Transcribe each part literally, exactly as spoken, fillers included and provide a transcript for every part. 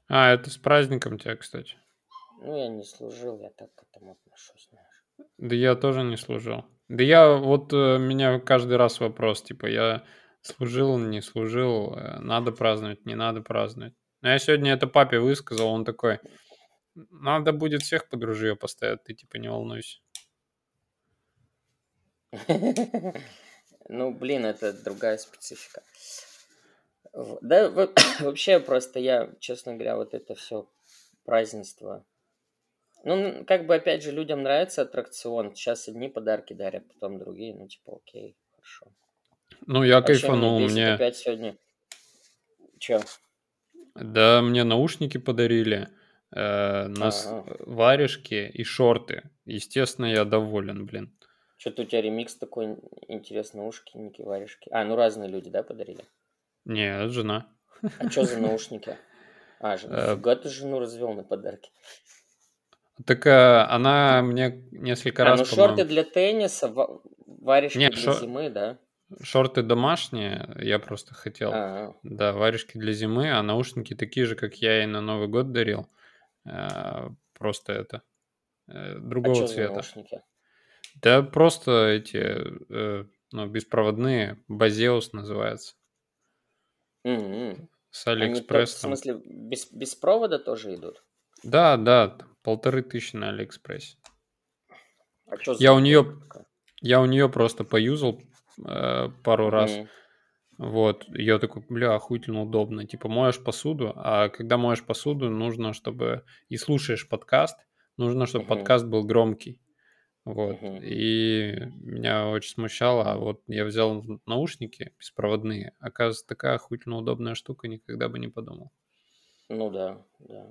А, это с праздником тебя, кстати. Ну, я не служил, я так к этому отношусь, знаешь. Да я тоже не служил. Да я вот э, меня каждый раз вопрос, типа, я служил, не служил, э, надо праздновать, не надо праздновать. Но я сегодня это папе высказал, он такой, надо будет всех под ружье поставить, ты типа не волнуйся. Ну, блин, это другая специфика. В- Да, во- вообще просто я, честно говоря, вот это все празднество. Ну, н- как бы, опять же, людям нравится аттракцион. Сейчас одни подарки дарят, потом другие. Ну, типа, окей, хорошо. Ну, я А еще меня кайфанул, бесит мне, опять сегодня. Че? да, мне наушники подарили, э, нас, Ага. варежки и шорты. Естественно, я доволен, блин. Что-то у тебя ремикс такой ин- интересный, наушники, варежки. А, ну разные люди, да, подарили? Не, жена. А что за наушники? А, же, Э, нифига ты жену развел на подарки. Так э, она мне несколько А, раз, ну шорты по-моему... для тенниса, ва- варежки Не, для шо- зимы, да? шорты домашние, я просто хотел. А, Да, варежки для зимы, а наушники такие же, как я и на Новый год дарил. Э, Просто это, э, а другого что за цвета. наушники? Да просто эти, э, ну, беспроводные, Базеус называется. М-м. С Они то, в Алиэкспресс там. смысле, без, без провода тоже идут? Да, да, там полторы тысячи на Алиэкспрессе. А что за Я у модель нее, такая? я у нее просто поюзал э, пару раз. Мгм. Вот, я такой, бля, охуительно удобно. Типа моешь посуду, а когда моешь посуду, нужно, чтобы... И слушаешь подкаст, нужно, чтобы Мгм. подкаст был громкий. Вот, Мгм. и меня очень смущало, а вот я взял наушники беспроводные, оказывается, такая охуительно удобная штука, никогда бы не подумал. Ну да, да.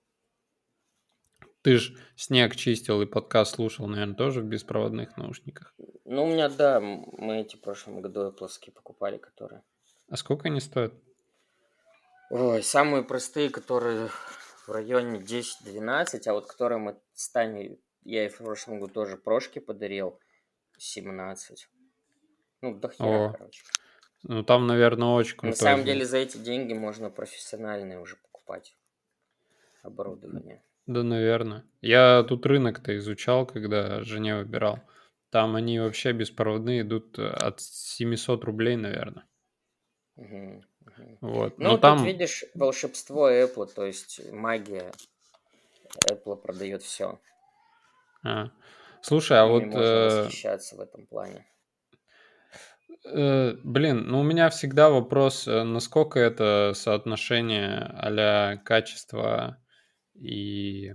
Ты ж снег чистил и подкаст слушал, наверное, тоже в беспроводных наушниках. Ну, у меня, да, м- мы эти в прошлом году плоские покупали, которые. А сколько они стоят? Ой, самые простые, которые в районе десять-двенадцать, а вот которые мы с Таней, я ей в прошлом году тоже прошки подарил, семнадцать. Ну, до хера, О, короче. ну там, наверное, очень На крутой самом деле звук. за эти деньги можно профессиональное уже покупать оборудование. Да, наверное. Я тут рынок-то изучал, когда жене выбирал. Там они вообще беспроводные идут э, от семисот рублей, наверное. Мгм, мгм. Вот. Но Ну, тут там... видишь волшебство Apple, то есть магия. Apple продает все. а. Слушай, а Ими вот... можно э, восхищаться в этом плане. э, блин, ну у меня всегда вопрос, э, насколько это соотношение а-ля качества и...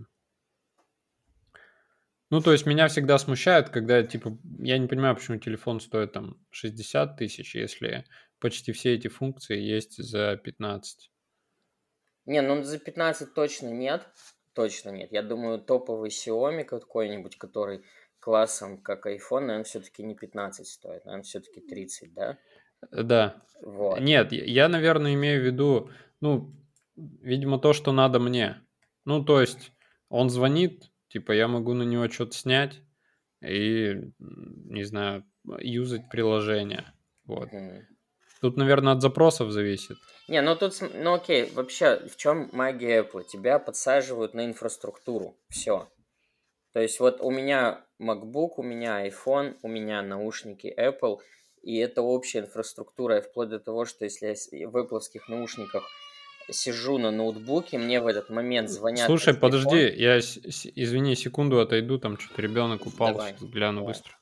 Ну, то есть меня всегда смущает, когда, типа, я не понимаю, почему телефон стоит там шестьдесят тысяч, если почти все эти функции есть за пятнадцать. Не, ну за пятнадцать точно нет. Точно нет. Я думаю, топовый Xiaomi какой-нибудь, который классом как iPhone, наверное, все-таки не пятнадцать стоит, наверное, все-таки тридцать, да? Да. Вот. Нет, я, я, наверное, имею в виду, ну, видимо, то, что надо мне. Ну, то есть, он звонит, типа, я могу на него что-то снять и, м, не знаю, юзать приложение. Вот. Мгм. Тут, наверное, от запросов зависит. Не, ну тут, см- ну окей, вообще, в чем магия Apple? Тебя подсаживают на инфраструктуру. Все. То есть вот у меня MacBook, у меня iPhone, у меня наушники Apple, и это общая инфраструктура, и вплоть до того, что если я с- в Apple наушниках сижу на ноутбуке, мне в этот момент звонят на Слушай, телефон. подожди, я, с- с- извини, секунду отойду, там что-то ребенок упал, Давай, сейчас гляну давай. быстро.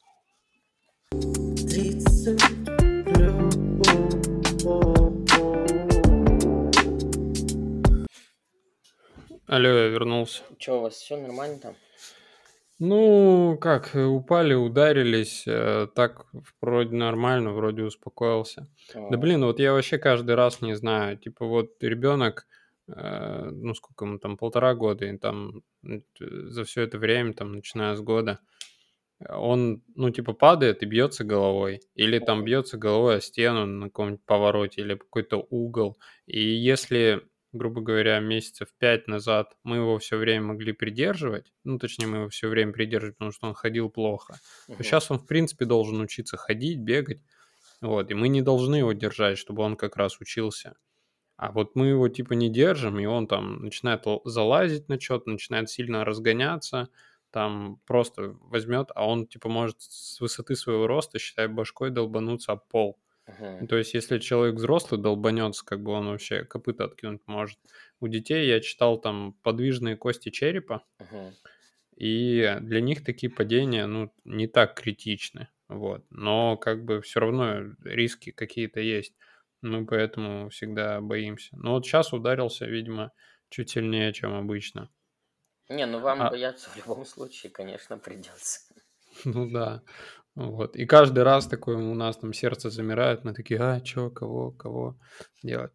Алло, я вернулся. Че, у вас все нормально там? Ну, как, э, упали, ударились, э, так вроде нормально, вроде успокоился. Да А, блин, вот я вообще каждый раз не знаю, типа вот ребенок, э, ну сколько ему там, полтора года, и там м, т- за все это время, там, начиная с года, э, он, ну, типа падает и бьется головой, или там м, бьется головой о стену на каком-нибудь повороте, или какой-то угол. И если, грубо говоря, месяцев пять назад мы его все время могли придерживать, ну, точнее, мы его все время придерживали, потому что он ходил плохо, то мгм. сейчас он, в принципе, должен учиться ходить, бегать, вот, и мы не должны его держать, чтобы он как раз учился. А вот мы его типа не держим, и он там начинает л- залазить на что-то, начинает сильно разгоняться, там просто возьмет, а он типа может с высоты своего роста, считай, башкой долбануться об пол. Мгм. Ну, то есть, если человек взрослый долбанется, как бы он вообще копыта откинуть может. У детей я читал там подвижные кости черепа, Мгм. и для них такие падения, ну, не так критичны, вот. Но как бы все равно риски какие-то есть. Мы поэтому всегда боимся. Но вот сейчас ударился, видимо, чуть сильнее, чем обычно. Не, ну вам А, бояться в любом случае, конечно, придется. ну да, вот. И каждый раз такое у нас там сердце замирает, мы такие, а, чё, кого, кого делать?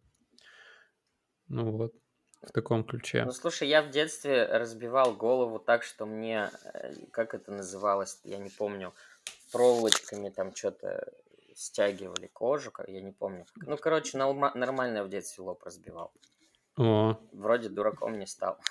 Ну вот, в таком ключе. Ну, слушай, я в детстве разбивал голову так, что мне, э, как это называлось, я не помню, проволочками там что-то стягивали кожу, ка- я не помню. Ну, короче, норма- нормально я в детстве лоб разбивал. О, Вроде дураком не стал.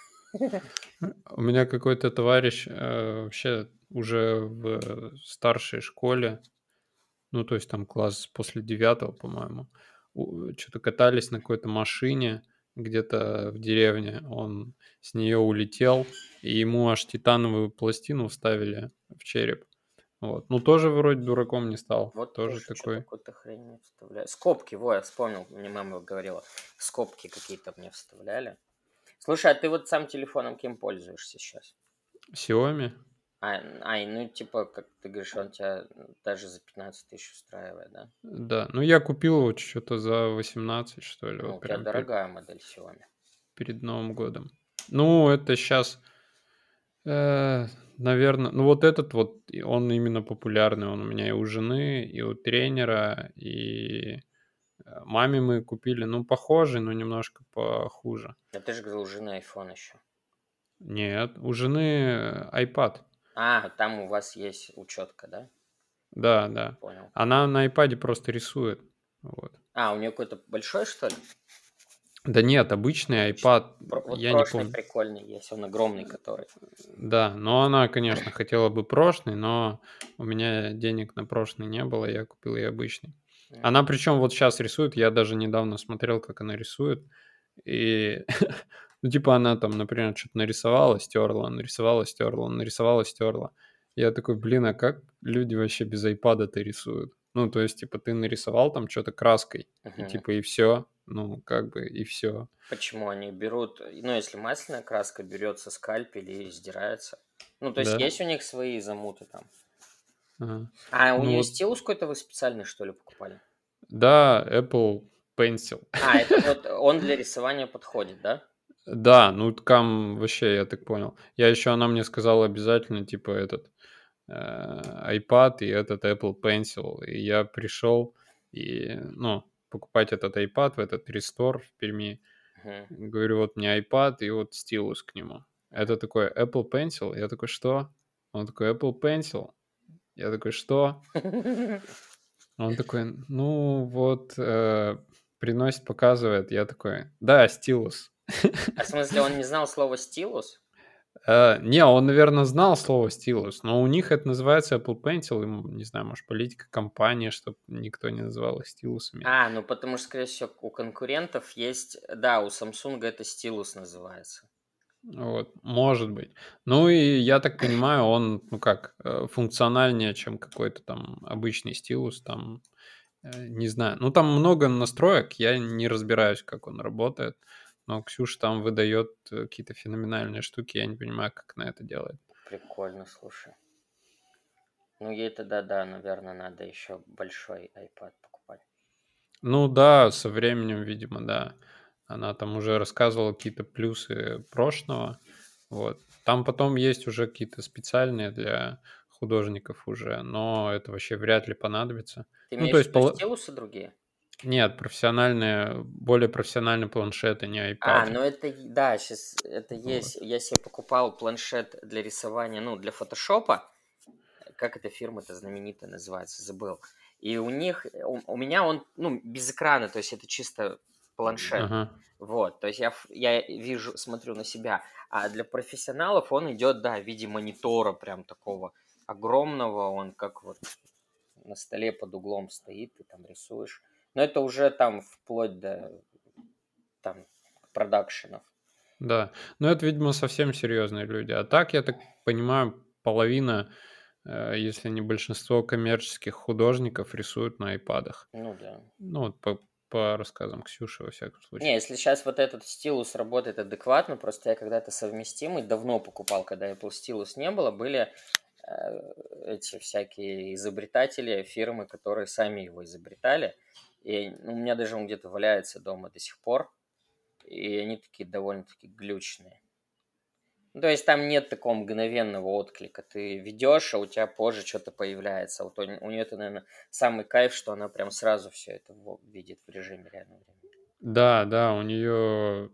у меня какой-то товарищ э, вообще уже в старшей школе, ну, то есть там класс после девятого, по-моему, что-то катались на какой-то машине где-то в деревне. Он с нее улетел, и ему аж титановую пластину вставили в череп. Вот. Ну, тоже вроде дураком не стал. Вот Тоже тоже что-то такой. какую-то хрень мне вставляю. Скобки, во, я вспомнил, мне мама говорила. Скобки какие-то мне вставляли. Слушай, а ты вот сам телефоном кем пользуешься сейчас? Xiaomi? А, ай, ну типа, как ты говоришь, он тебя даже за пятнадцать тысяч устраивает, да? Да. Ну, я купил вот что-то за восемнадцать, что ли, Ну, вот у тебя прям пе- дорогая модель Xiaomi. перед Новым годом. Ну, это сейчас, наверное, ну вот этот вот, и он именно популярный, он у меня и у жены, и у тренера, и э, маме мы купили, ну, похожий, но немножко похуже. А ты же говорил, у жены iPhone еще. Нет, у жены э, iPad. А, там у вас есть учетка, да? Да, да. Понял. Она на iPad просто рисует. Вот. А, у нее какой-то большой, что ли? Да нет, обычный Обычный. iPad, Про- Вот я не прошлый помню. прикольный есть, он огромный, который. Да, но она, конечно, хотела бы прошлый, но у меня денег на прошлый не было, я купил ей обычный. Она М, причем вот сейчас рисует, я даже недавно смотрел, как она рисует, и, ну, типа она там, например, что-то нарисовала, стерла, нарисовала, стерла, нарисовала, стерла. Я такой, блин, а как люди вообще без айпада-то рисуют? Ну, то есть, типа, ты нарисовал там что-то краской, и мгм. типа, и все, ну, как бы, и все. Почему они берут, ну, если масляная краска берется скальпель и сдирается. Ну, то есть Да? есть у них свои замуты там. Ага. А у Ну нее вот, стилус какой-то вы специальный, что ли, покупали? да, Apple Pencil. А, это вот он для рисования подходит, да? Да, ну там вообще, я так понял. Я еще, она мне сказала обязательно, типа, этот э, iPad и этот Apple Pencil. И я пришел и, ну, покупать этот iPad в этот рестор в Перми. Мгм, Говорю, вот мне iPad и вот стилус к нему. мгм. Это такой Apple Pencil. Я такой, что? Он такой, Apple Pencil. Я такой, что? Он такой, ну вот, э, приносит, показывает. Я такой, да, стилус. А в смысле, он не знал слова стилус? Э, не, он, наверно, знал слово стилус, но у них это называется Apple Pencil. Им, не знаю, может, политика компании, чтобы никто не называл их стилусами. А, ну потому что, скорее всего, у конкурентов есть, да, у Samsung это стилус называется. Вот, может быть. Ну и я так понимаю, он, ну как, э, функциональнее, чем какой-то там обычный стилус, там, э, не знаю. Ну, там много настроек, я не разбираюсь, как он работает, но Ксюша там выдает э, какие-то феноменальные штуки, я не понимаю, как она это делает. Прикольно, слушай. Ну, ей тогда, да, наверное, надо еще большой iPad покупать. Ну да, со временем, видимо, да. Она там уже рассказывала какие-то плюсы прошлого. Вот. Там потом есть уже какие-то специальные для художников уже, но это вообще вряд ли понадобится. Ты Ну, то имеешь в есть, виду пола- стилусы другие? нет, профессиональные, более профессиональные планшеты, не А, айпады. ну это, и- да, сейчас это Вот. есть. Я себе покупал планшет для рисования, ну, для фотошопа. Как эта фирма-то знаменитая называется, забыл. И у них, у, у меня он, ну, без экрана, то есть это чисто планшет. Ага. Вот, то есть я, ф- я вижу, смотрю на себя. А для профессионалов он идет, да, в виде монитора прям такого огромного. Он как вот на столе под углом стоит, ты там рисуешь. Но это уже там вплоть до там продакшенов. Да. Но это, видимо, совсем серьезные люди. А так, я так понимаю, половина, э, если не большинство коммерческих художников рисуют на айпадах. Ну да. Ну, вот по, по рассказам Ксюши, во всяком Не, случае. если сейчас вот этот стилус работает адекватно, просто я когда-то совместимый давно покупал, когда Apple Stylus не было, были э, эти всякие изобретатели, фирмы, которые сами его изобретали. И ну, у меня даже он где-то валяется дома до сих пор. И они такие довольно-таки глючные. Ну, то есть там нет такого мгновенного отклика. Ты ведешь, а у тебя позже что-то появляется. Вот у, у нее это, наверное, самый кайф, что она прям сразу все это во- видит в режиме реального времени. Да, да, у нее...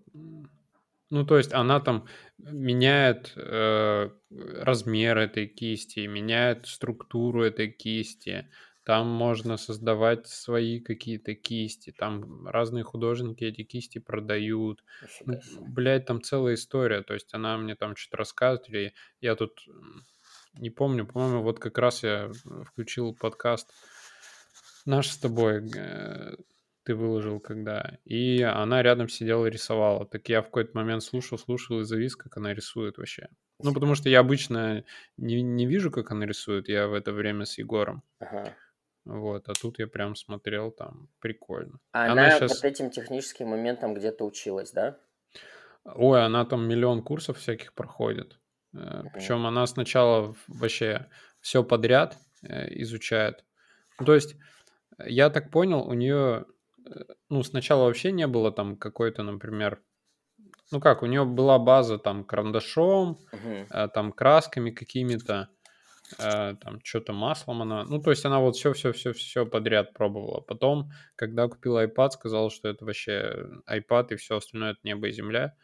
Ну, то есть она там меняет э, размер этой кисти, меняет структуру этой кисти. Там можно создавать свои какие-то кисти. Там разные художники эти кисти продают. Нифига Ну, себе. блядь, там целая история. То есть она мне там что-то рассказывает. Или я тут м, не помню, по-моему, вот как раз я э, включил подкаст наш с тобой, э, ты выложил когда, и она рядом сидела и рисовала. Так я в какой-то момент слушал, слушал и завис, как она рисует вообще. Ну, потому что я обычно не, не вижу, как она рисует, я в это время с Егором. Ага. Вот, а тут я прям смотрел, там, прикольно. А Она она вот сейчас... этим техническим моментом где-то училась, да? Ой, она там миллион курсов всяких проходит. Мгм. Причем она сначала вообще все подряд э, изучает. Ну, то есть, я так понял, у нее, ну, сначала вообще не было там какой-то, например, ну как, у нее была база там карандашом, Мгм. э, там красками какими-то, э, там что-то маслом она, ну то есть она вот все-все-все-все подряд пробовала. Потом, когда купила iPad, сказала, что это вообще iPad и все остальное это небо и земля.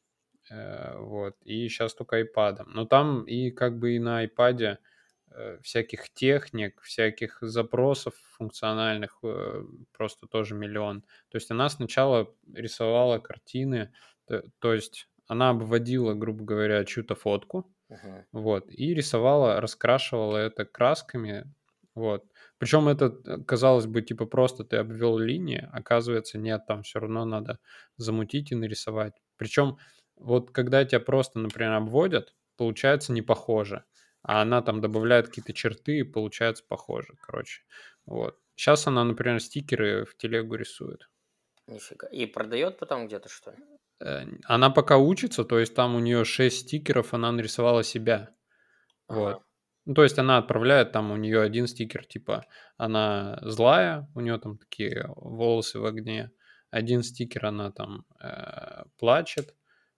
Э, вот, и сейчас только iPad. Но там и как бы и на iPad э, всяких техник, всяких запросов функциональных э, просто тоже миллион. То есть она сначала рисовала картины, то, то есть она обводила, грубо говоря, чью-то фотку, Мгм. вот, и рисовала, раскрашивала это красками, вот. Причем это, э, казалось бы, типа просто ты обвел линии, оказывается, нет, там все равно надо замутить и нарисовать. Причем вот когда тебя просто, например, обводят, получается не похоже, а она там добавляет какие-то черты, и получается похоже, короче. Вот. Сейчас она, например, стикеры в телегу рисует. Нифига. И продает потом где-то, что ли? Э, Она пока учится, то есть там у нее шесть стикеров, она нарисовала себя. Ага. Вот. Ну, то есть она отправляет, там у нее один стикер, типа, она злая, у нее там такие волосы в огне. Один стикер, она там э, плачет.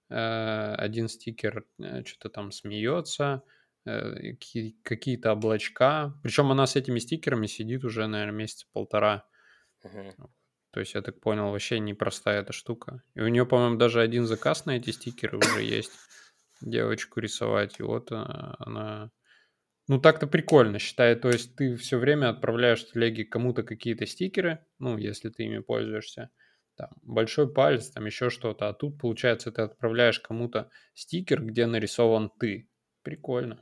Э, один стикер что-то там смеется. э, какие- какие-то облачка. Причем она с этими стикерами сидит уже, наверное, месяца полтора. Мгм. То есть, я так понял, вообще непростая эта штука. И у нее, по-моему, даже один заказ на эти стикеры уже есть. Девочку рисовать. И вот э, она... Ну, так-то прикольно, считай. То есть, ты все время отправляешь в телеге кому-то какие-то стикеры, ну, если ты ими пользуешься. Там, большой палец, там еще что-то. А тут, получается, ты отправляешь кому-то стикер, где нарисован ты. Прикольно.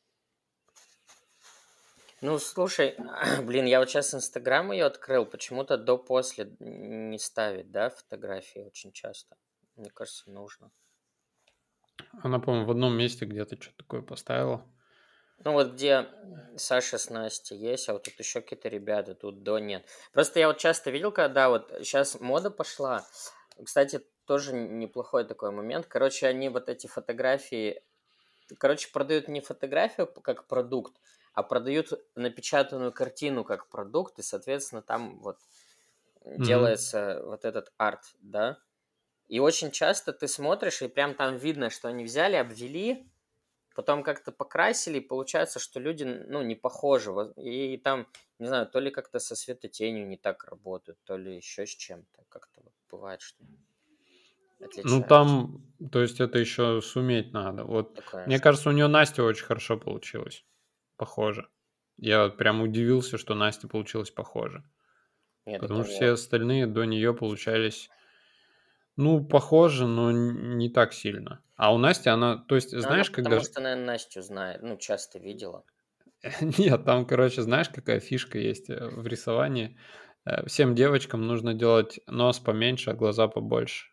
Ну, слушай, блин, я вот сейчас Инстаграм ее открыл, почему-то до-после не ставит, да, фотографии очень часто. Мне кажется, нужно. Она, по-моему, в одном месте где-то что-то такое поставила. Ну, вот где Саша с Настей есть, а вот тут еще какие-то ребята, тут до нет. Просто я вот часто видел, когда вот сейчас мода пошла. Кстати, тоже неплохой такой момент. Короче, они вот эти фотографии, короче, продают не фотографию как продукт, а продают напечатанную картину как продукт, и, соответственно, там вот Мгм. делается вот этот арт, да. И очень часто ты смотришь, и прям там видно, что они взяли, обвели, потом как-то покрасили, и получается, что люди, ну, не похожи. Воз- И там, не знаю, то ли как-то со светотенью не так работают, то ли еще с чем-то. Как-то вот бывает, что Ну, отличается. там, то есть, это еще суметь надо. Вот, Такое мне ожидание. кажется, у нее Настя очень хорошо получилось. Похоже. Я вот прям удивился, что Настя получилось похоже. Нет, Потому это что все вот. остальные до нее получались, ну, похоже, но н- не так сильно. А у Насти она, то есть, Ну, она знаешь, когда... потому ж- что, наверное, Настю знает, ну, часто видела. Нет, там, короче, знаешь, какая фишка есть э, в рисовании? Э, Всем девочкам нужно делать нос поменьше, а глаза побольше.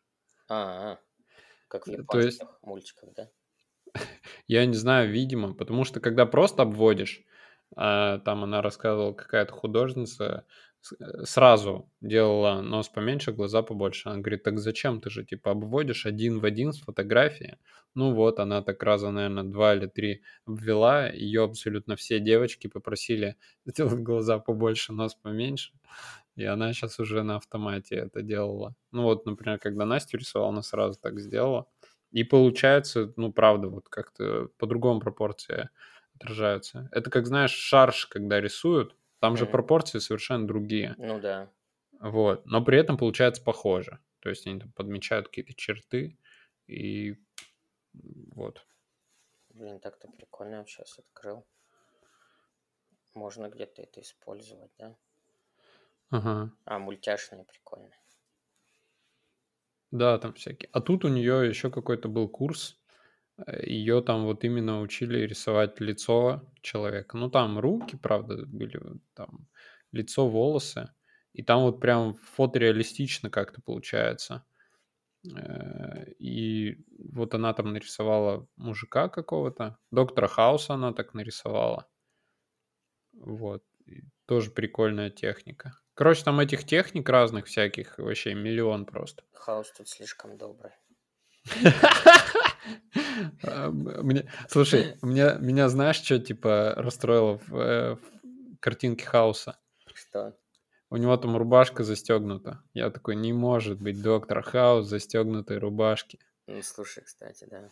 А, как в То есть, японских мультиках, да? я не знаю, видимо, потому что когда просто обводишь, а, там она рассказывала, какая-то художница с- э, сразу делала нос поменьше, глаза побольше. Она говорит, так зачем ты же, типа, обводишь один в один с фотографии? Ну вот, она так раза, наверное, два или три обвела, ее абсолютно все девочки попросили сделать глаза побольше, нос поменьше, и она сейчас уже на автомате это делала. Ну вот, например, когда Настю рисовала, она сразу так сделала. И получается, ну, правда, вот как-то по-другому пропорции отражаются. Это как, знаешь, шарж, когда рисуют, там же Мгм. пропорции совершенно другие. Ну да. Вот. Но при этом получается похоже. То есть они там подмечают какие-то черты, и вот. Блин, так-то прикольно, я сейчас открыл. Можно где-то это использовать, да? Ага. А, мультяшные прикольно. Да, там всякие. А тут у нее еще какой-то был курс. Ее там вот именно учили рисовать лицо человека. Ну, там руки, правда, были, там лицо, волосы. И там вот прям фотореалистично как-то получается. Э, И вот она там нарисовала мужика какого-то. Доктора Хауса она так нарисовала. Вот. И тоже прикольная техника. Короче, там этих техник разных всяких вообще миллион просто. Хаос тут слишком добрый. А, Мне, слушай, меня, меня знаешь, что типа расстроило в, э, в картинке Хауса? Что? У него там рубашка застегнута. Я такой, не может быть доктор Хаус в застегнутой рубашке. Ну, слушай, кстати, да.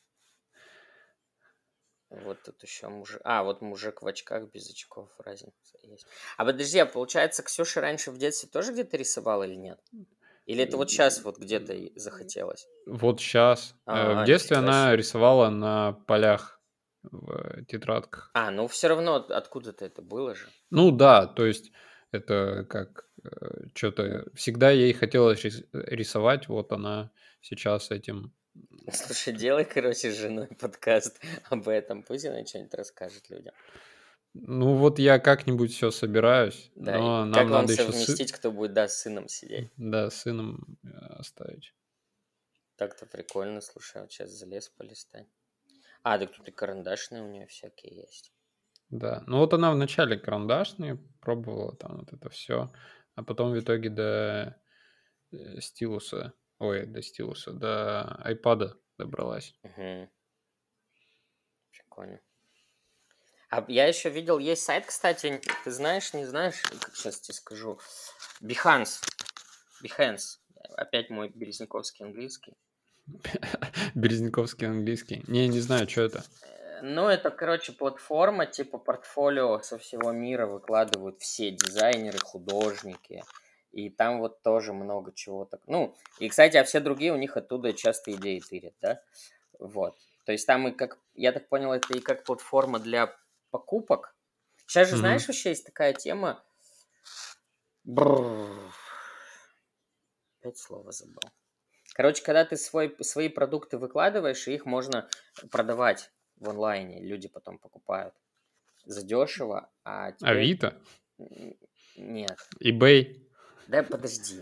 Вот тут еще мужик. А, вот мужик в очках без очков, разница есть. А подожди, а получается, Ксюша раньше в детстве тоже где-то рисовала или нет? Или это вот сейчас вот где-то и захотелось? Вот сейчас. В А, детстве нифига она себе. рисовала на полях в тетрадках. А, ну все равно от- откуда-то это было же. Ну да, то есть это как что-то всегда ей хотелось рис- рисовать, вот она сейчас этим. Слушай, делай, короче, с женой подкаст об этом. Пусть она что-нибудь расскажет людям. Ну вот я как-нибудь все собираюсь, Да, и но как нам вам надо еще сы... совместить, кто будет, да, с сыном сидеть? да, с сыном э, оставить. Так-то прикольно, слушай, а вот сейчас залез полистать. А, так тут и карандашные у нее всякие есть. Да, ну вот она вначале карандашные пробовала там вот это все, а потом в итоге до э, стилуса, ой, до стилуса, до айпада добралась. Угу, прикольно. А я еще видел, есть сайт, кстати, ты знаешь, не знаешь, как сейчас тебе скажу, Behance, Behance, опять мой березняковский английский. Березняковский английский. Не, не знаю, что это. Э, Ну, это, короче, платформа, типа портфолио со всего мира выкладывают все дизайнеры, художники, и там вот тоже много чего так. Ну, и, кстати, а все другие у них оттуда часто идеи тырят, да? Вот. То есть там и как, я так понял, это и как платформа для покупок. Сейчас же, Мгм. знаешь, вообще есть такая тема. Бррр. Опять слово забыл. Короче, когда ты свой, свои продукты выкладываешь, и их можно продавать в онлайне, люди потом покупают задешево, а тебе... Авито, н- Нет. eBay. Да подожди.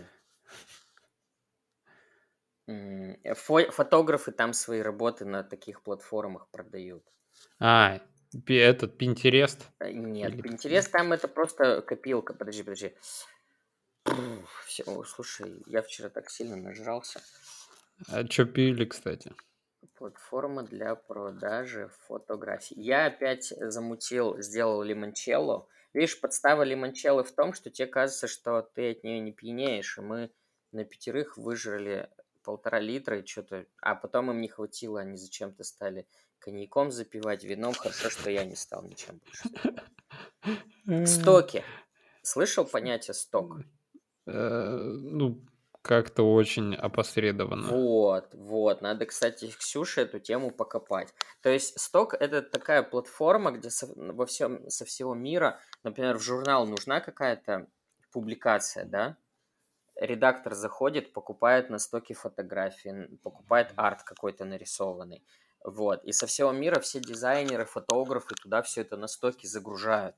М, фо- Фотографы там свои работы на таких платформах продают. А, пи- этот Pinterest. Э, Нет, Или как там? Pinterest там это просто копилка. Подожди, подожди. Все, о, слушай, я вчера так сильно нажрался. А что пили, кстати? Платформа для продажи фотографий. Я опять замутил, сделал лимончелло. Видишь, подстава лимончелло в том, что тебе кажется, что ты от нее не пьянеешь. И мы на пятерых выжрали полтора литра и что-то... А потом им не хватило, они зачем-то стали коньяком запивать, вином. Хорошо, что я не стал ничем больше запивать. Э, Стоки. Слышал понятие сток? э, Ну, как-то очень опосредованно. Вот, вот. Надо, кстати, Ксюше эту тему покопать. То есть сток это такая платформа, где со, во всем, со всего мира, например, в журнал нужна какая-то публикация, да? Редактор заходит, покупает на стоке фотографии, покупает арт какой-то нарисованный. Вот. И со всего мира все дизайнеры, фотографы туда все это на стоке загружают.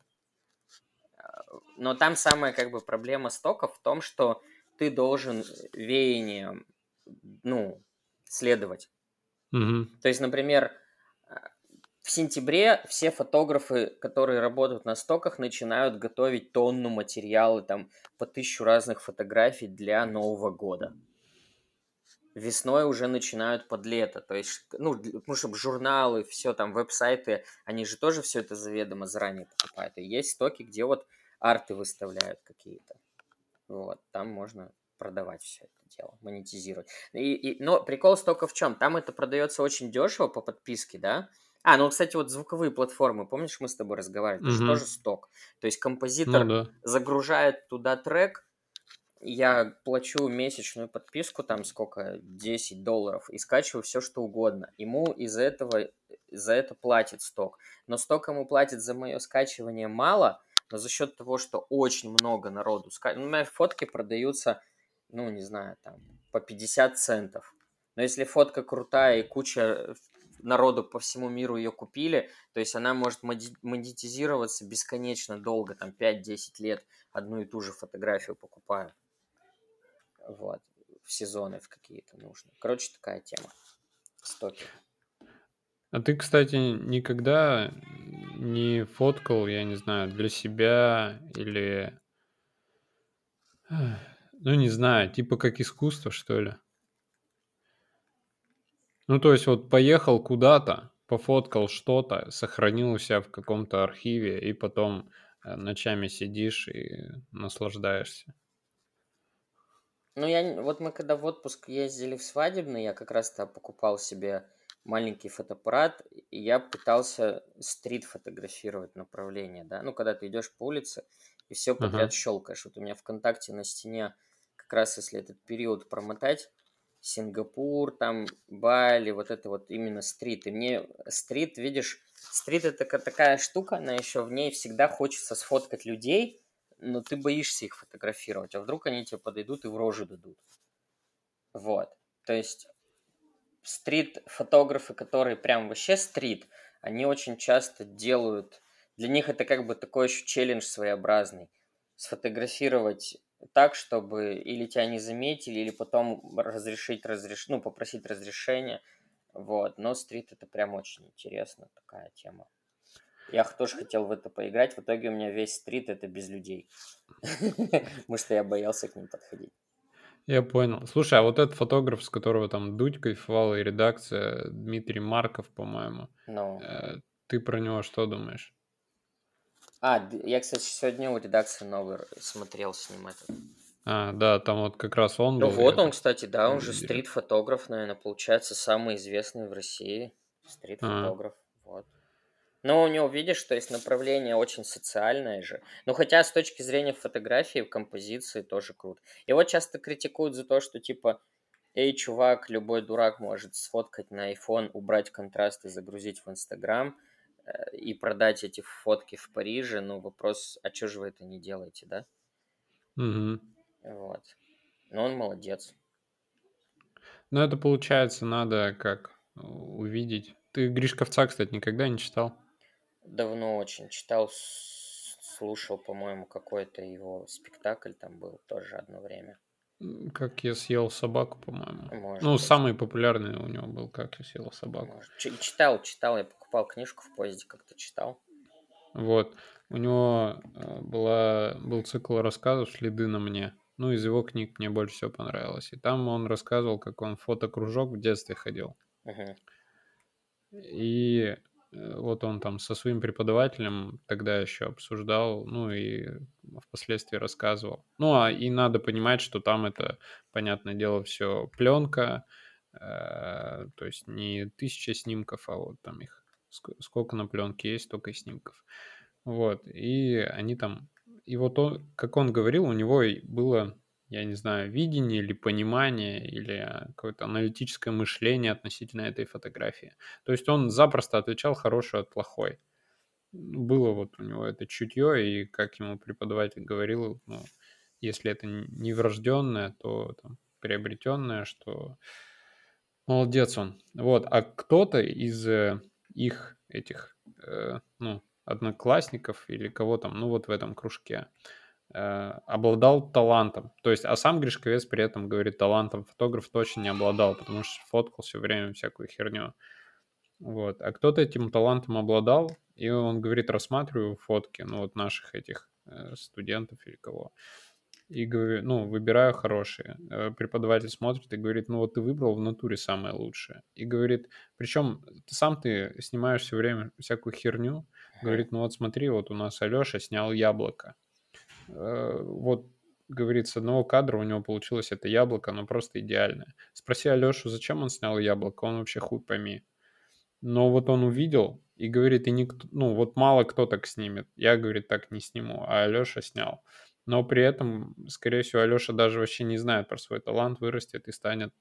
Но там самая как бы проблема стоков в том, что ты должен веянием ну, следовать. Мгм. То есть, например, а, в сентябре все фотографы, которые работают на стоках, начинают готовить тонну материала, там, по тысячу разных фотографий для Нового года. Весной уже начинают под лето. То есть, ну, для- ну, чтобы журналы, все там, веб-сайты, они же тоже все это заведомо заранее покупают. И есть стоки, где вот арты выставляют какие-то. Вот, там можно продавать все это дело, монетизировать. И, и, но прикол столько в чем? Там это продается очень дешево по подписке, да? А, ну, кстати, вот звуковые платформы, помнишь, мы с тобой разговаривали? Это же Мгм. тоже сток. То есть Ну композитор да. загружает туда трек, я плачу месячную подписку, там сколько, десять долларов, и скачиваю все, что угодно. Ему из-за этого, за это платит сток. Но сток ему платит за мое скачивание мало, но за счет того, что очень много народу скачивает. Ну, мои фотки продаются, ну, не знаю, там, по пятьдесят центов. Но если фотка крутая и куча народу по всему миру ее купили, то есть она может монетизироваться бесконечно долго, там пять-десять лет одну и ту же фотографию покупаю. Вот. В сезоны в какие-то нужны. Короче, такая тема. Стоки. А ты, кстати, никогда не фоткал, я не знаю, для себя или, ну, не знаю, типа как искусство, что ли? Ну, то есть вот поехал куда-то, пофоткал что-то, сохранил у себя в каком-то архиве, и потом э, ночами сидишь и наслаждаешься. Ну, я, не- вот мы когда в отпуск ездили в свадебный, я как раз-то покупал себе маленький фотоаппарат, и я пытался стрит фотографировать направление, да, ну, когда ты идешь по улице и все подряд Ага. щелкаешь. Вот у меня ВКонтакте на стене, как раз если этот период промотать, Сингапур, там, Бали, вот это вот именно стрит. И мне стрит, видишь, стрит это ка- такая штука, она еще в ней всегда хочется сфоткать людей, но ты боишься их фотографировать, а вдруг они тебе подойдут и в рожу дадут. Вот. То есть стрит-фотографы, которые прям вообще стрит, они очень часто делают... Для них это как бы такой еще челлендж своеобразный. Сфотографировать так, чтобы или тебя не заметили, или потом разрешить, разреш... ну, попросить разрешения. Вот. Но стрит это прям очень интересно, такая тема. Я тоже хотел в это поиграть, в итоге у меня весь стрит это без людей. Потому что я боялся к ним подходить. Я понял. Слушай, а вот этот фотограф, с которого там Дудь кайфовал и редакция, Дмитрий Марков, по-моему, Ну. э, ты про него что думаешь? А, д- я, кстати, сегодня у редакции новый р- смотрел с ним этот. А, да, там вот как раз он Ну был, вот я он, так кстати, да, он же видели. стрит-фотограф, наверное, получается, самый известный в России А, стрит-фотограф. Вот. Но у него, видишь, то есть направление очень социальное же. Ну, хотя с точки зрения фотографии, композиции тоже круто. Его часто критикуют за то, что типа, эй, чувак, любой дурак может сфоткать на iPhone, убрать контраст и загрузить в Инстаграм э, и продать эти фотки в Париже. Ну, вопрос, а чё же вы это не делаете, да? мгм. Вот. Но он молодец. Ну, это получается надо как э, увидеть. Ты Гришковца, кстати, никогда не читал? Давно очень читал, с- слушал, по-моему, какой-то его спектакль там был тоже одно время. М, Как я съел собаку, по-моему. Может Ну, быть. самый популярный у него был «Как я съел собаку». Может. Ч- читал, читал, я покупал книжку в поезде, как-то читал. Вот. У него э, была, был цикл рассказов «Следы на мне». Ну, из его книг мне больше всего понравилось. И там он рассказывал, как он в фотокружок в детстве ходил. Мгм. И э, вот он там со своим преподавателем тогда еще обсуждал, ну и впоследствии рассказывал. Ну, а и надо понимать, что там это, понятное дело, все пленка, э, то есть не тысяча снимков, а вот там их ск- сколько на пленке есть, столько и снимков. Вот, и они там... И вот он, как он говорил, у него и было, я не знаю, видение или понимание, или а, какое-то аналитическое мышление относительно этой фотографии. То есть он запросто отличал хорошую от плохой. Было вот у него это чутье, и как ему преподаватель говорил, ну, если это не врожденное, то там, приобретенное, что молодец он. Вот, а кто-то из э, их этих, э, ну, одноклассников или кого там, ну, вот в этом кружке, э, обладал талантом. То есть, а сам Гришковец при этом говорит, талантом фотограф точно не обладал, потому что фоткал все время всякую херню. Вот. А кто-то этим талантом обладал, и он говорит, рассматриваю фотки, ну, вот наших этих э, студентов или кого, и говорю, ну, выбираю хорошие. Э, Преподаватель смотрит и говорит, ну, вот ты выбрал в натуре самое лучшее. И говорит, причем ты сам ты снимаешь все время всякую херню, Мгм. говорит, ну, вот смотри, вот у нас Алеша снял яблоко. Э, Вот, говорит, с одного кадра у него получилось это яблоко, оно просто идеальное. Спроси Алешу, зачем он снял яблоко, он вообще хуй пойми. Но вот он увидел и говорит, и никто, ну вот мало кто так снимет. Я, говорит, так не сниму, а Алеша снял. Но при этом, скорее всего, Алеша даже вообще не знает про свой талант, вырастет и станет,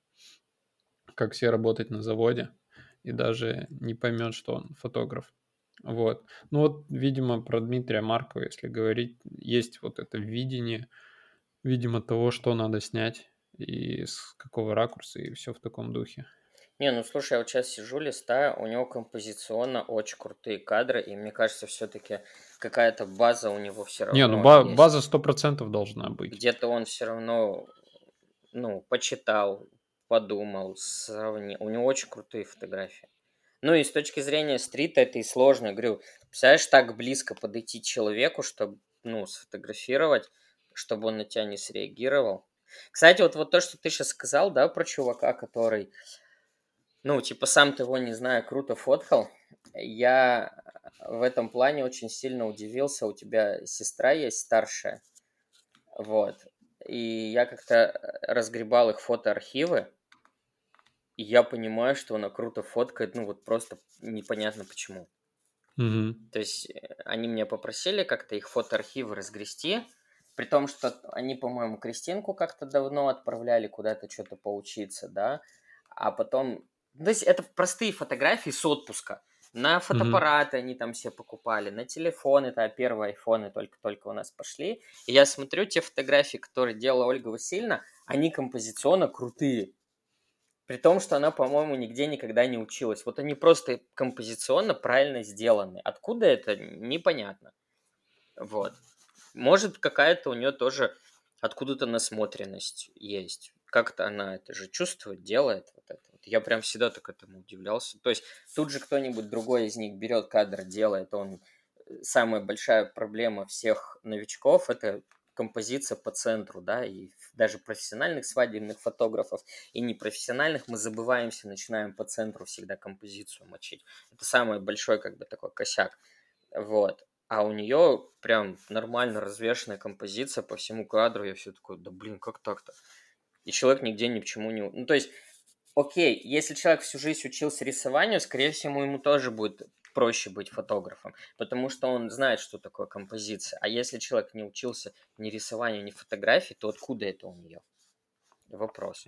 как все, работать на заводе. И даже не поймет, что он фотограф. Вот. Ну вот, видимо, про Дмитрия Маркова, если говорить, есть вот это видение, видимо, того, что надо снять и с какого ракурса, и все в таком духе. Не, ну слушай, я вот сейчас сижу, листаю, у него композиционно очень крутые кадры, и мне кажется, все-таки какая-то база у него все Не, ну равно ба- есть. база сто процентов должна быть. Где-то он все равно, ну, почитал, подумал, сравнил. У него очень крутые фотографии. Ну и с точки зрения стрита это и сложно. Я говорю, представляешь, так близко подойти к человеку, чтобы, ну, сфотографировать, чтобы он на тебя не среагировал. Кстати, вот, вот то, что ты сейчас сказал, да, про чувака, который, ну, типа, сам ты его, не знаю, круто фоткал. Я в этом плане очень сильно удивился. У тебя сестра есть старшая, вот. И я как-то разгребал их фотоархивы, и я понимаю, что она круто фоткает, ну, вот просто непонятно почему. Мгм. То есть э, они меня попросили как-то их фотоархивы разгрести, при том, что они, по-моему, Кристинку как-то давно отправляли куда-то что-то поучиться, да, а потом... То есть это простые фотографии с отпуска. На Мгм. фотоаппараты они там все покупали, на телефоны, это первые айфоны только-только у нас пошли. И я смотрю те фотографии, которые делала Ольга Васильевна, они композиционно крутые. При том, что она, по-моему, нигде никогда не училась. Вот они просто композиционно правильно сделаны. Откуда это, непонятно. Вот. Может, какая-то у нее тоже откуда-то насмотренность есть. Как-то она это же чувствует, делает. Вот это. Вот. Я прям всегда так этому удивлялся. То есть тут же кто-нибудь другой из них берет кадр, делает. Он... Самая большая проблема всех новичков – это композиция по центру, да, и даже профессиональных свадебных фотографов и непрофессиональных мы забываемся, начинаем по центру всегда композицию мочить. Это самый большой как бы такой косяк. Вот. А у нее прям нормально развешенная композиция по всему кадру. Я все такой, да блин, как так-то? И человек нигде ни к чему не... Ну, то есть, окей, если человек всю жизнь учился рисованию, скорее всего, ему тоже будет проще быть фотографом, потому что он знает, что такое композиция. А если человек не учился ни рисованию, ни фотографии, то откуда это у нее? Вопрос.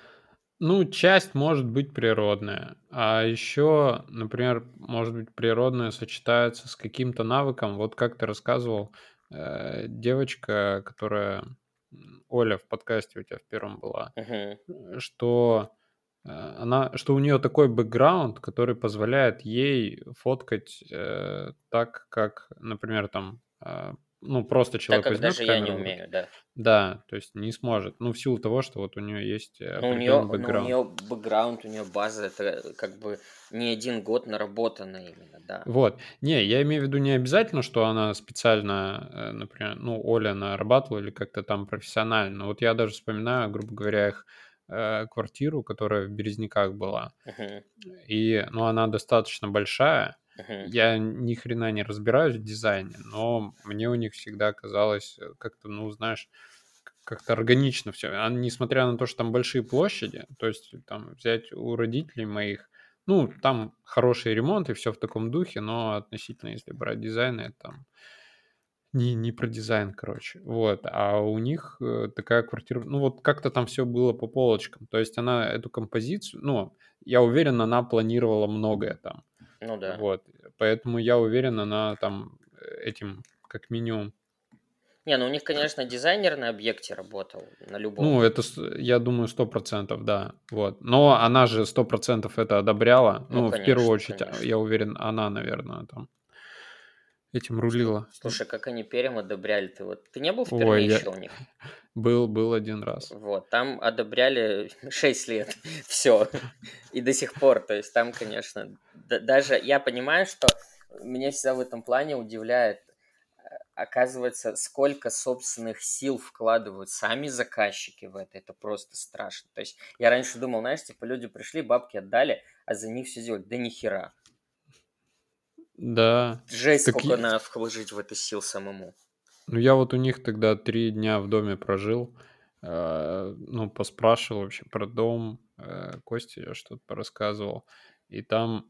Ну, часть может быть природная, а еще, например, может быть природная сочетается с каким-то навыком. Вот как ты рассказывал, э, девочка, которая м, Оля в подкасте у тебя в первом была, Угу. э, что э, она, что у нее такой бэкграунд, который позволяет ей фоткать э, так, как, например, там, э, ну, просто Так человек как возьмет даже я не камеру в руки. умею, да. Да, то есть не сможет. Ну, в силу того, что вот у нее есть э, Но у нее, определенный но у бэкграунд. нее бэкграунд, у нее база, это как бы не один год наработана именно, да. Вот. Не, я имею в виду не обязательно, что она специально, э, например, ну, Оля нарабатывала или как-то там профессионально. Вот я даже вспоминаю, грубо говоря, их э, квартиру, которая в Березниках была. Угу, И, ну, она достаточно большая. угу. Я ни хрена не разбираюсь в дизайне, но мне у них всегда казалось э, как-то, ну, знаешь, к- как-то органично все. А несмотря на то, что там большие площади, то есть там взять у родителей моих, ну, там хороший ремонт и все в таком духе, но относительно, если брать дизайн, это там не, не про дизайн, короче. Вот. А у них э, такая квартира, ну, вот как-то там все было по полочкам. То есть она эту композицию, ну, я уверен, она планировала многое там. Ну да. Вот. Поэтому я уверен, она там э, этим как минимум. Не, ну у них, конечно, дизайнер на объекте работал, на любом. Ну, это, с- я думаю, сто процентов, да. Вот. Но она же сто процентов это одобряла. Ну, Ну, в первую конечно, очередь, а, конечно. я уверен, она, наверное, там этим Слу- рулила. Слушай, как они перьям одобряли? Ты вот ты не был в Ой, Перми я еще у них? был, был один раз. Вот, там одобряли шесть лет, все, и до сих пор, то есть там, конечно, да- даже я понимаю, что меня всегда в этом плане удивляет, э, оказывается, сколько собственных сил вкладывают сами заказчики в это, это просто страшно. То есть я раньше думал, знаешь, типа люди пришли, бабки отдали, а за них все делать, да нихера. Да. Жесть, Так сколько и- надо вложить в это сил самому. ну, я вот у них тогда три дня в доме прожил. э, Ну, поспрашивал вообще про дом. э, Косте я что-то порассказывал. И там,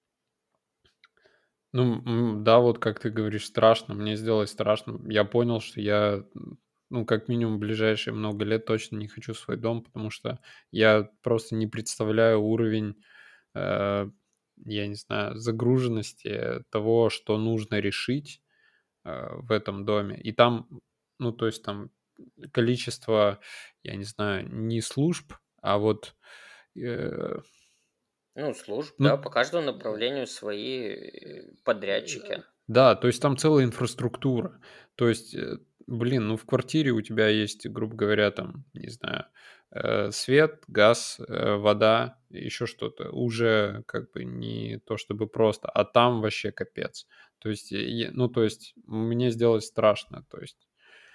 ну, м, да, вот как ты говоришь, страшно. Мне сделалось страшно. Я понял, что я, м, ну, как минимум, в ближайшие много лет точно не хочу свой дом, потому что я просто не представляю уровень, э, я не знаю, загруженности того, что нужно решить э, в этом доме. И там, ну, то есть там количество, я не знаю, не служб, а вот, э, Ну, служб, ну, да, по каждому направлению свои э, подрядчики. да, то есть там целая инфраструктура. То есть, э, блин, ну в квартире у тебя есть, грубо говоря, там, не знаю, э, свет, газ, э, вода, еще что-то. Уже как бы не то чтобы просто, а там вообще капец. То есть, э, е- ну, то есть мне сделалось страшно. То есть